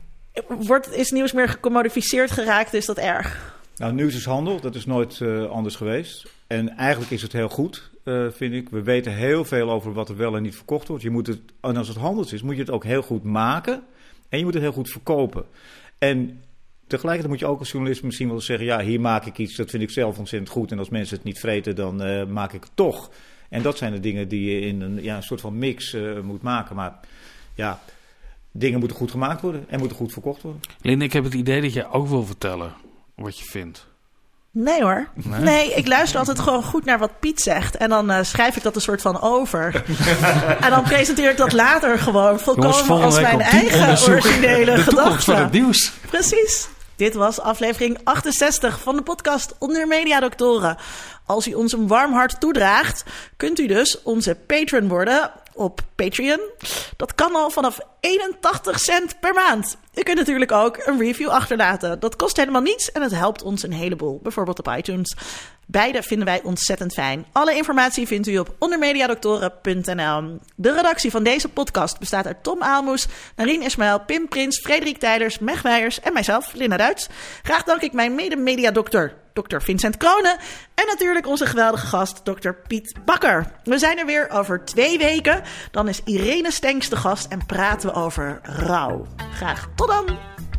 is nieuws meer gecommodificeerd geraakt? Is dat erg? Nou, nieuws is handel. Dat is nooit anders geweest. En eigenlijk is het heel goed, vind ik. We weten heel veel over wat er wel en niet verkocht wordt. En als het handels is, moet je het ook heel goed maken. En je moet het heel goed verkopen. En tegelijkertijd moet je ook als journalist misschien wel zeggen, ja, hier maak ik iets, dat vind ik zelf ontzettend goed. En als mensen het niet vreten, dan maak ik het toch. En dat zijn de dingen die je in een soort van mix moet maken. Maar ja, dingen moeten goed gemaakt worden en moeten goed verkocht worden. Linde, ik heb het idee dat jij ook wil vertellen wat je vindt. Nee hoor. Nee, ik luister altijd gewoon goed naar wat Piet zegt. En dan schrijf ik dat een soort van over. En dan presenteer ik dat later gewoon volkomen als mijn eigen originele gedachte. De toekomst van het nieuws. Precies. Dit was aflevering 68 van de podcast Onder Mediadoktoren. Als u ons een warm hart toedraagt, kunt u dus onze patron worden op Patreon. Dat kan al vanaf 81 cent per maand. U kunt natuurlijk ook een review achterlaten. Dat kost helemaal niets en het helpt ons een heleboel. Bijvoorbeeld op iTunes. Beide vinden wij ontzettend fijn. Alle informatie vindt u op ondermediadoktoren.nl. De redactie van deze podcast bestaat uit Tom Aalmoes, Narien Ismail, Pim Prins, Frederik Tijders, Meg Weijers en mijzelf, Linda Duits. Graag dank ik mijn mede-mediadokter, Dr. Vincent Kronen. En natuurlijk onze geweldige gast, Dr. Piet Bakker. We zijn er weer over 2 weken. Dan is Irene Stenks de gast en praten we over rouw. Graag tot dan!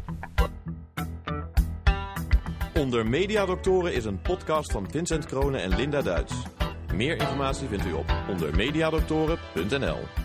Onder Mediadoktoren is een podcast van Vincent Kronen en Linda Duits. Meer informatie vindt u op ondermediadoktoren.nl.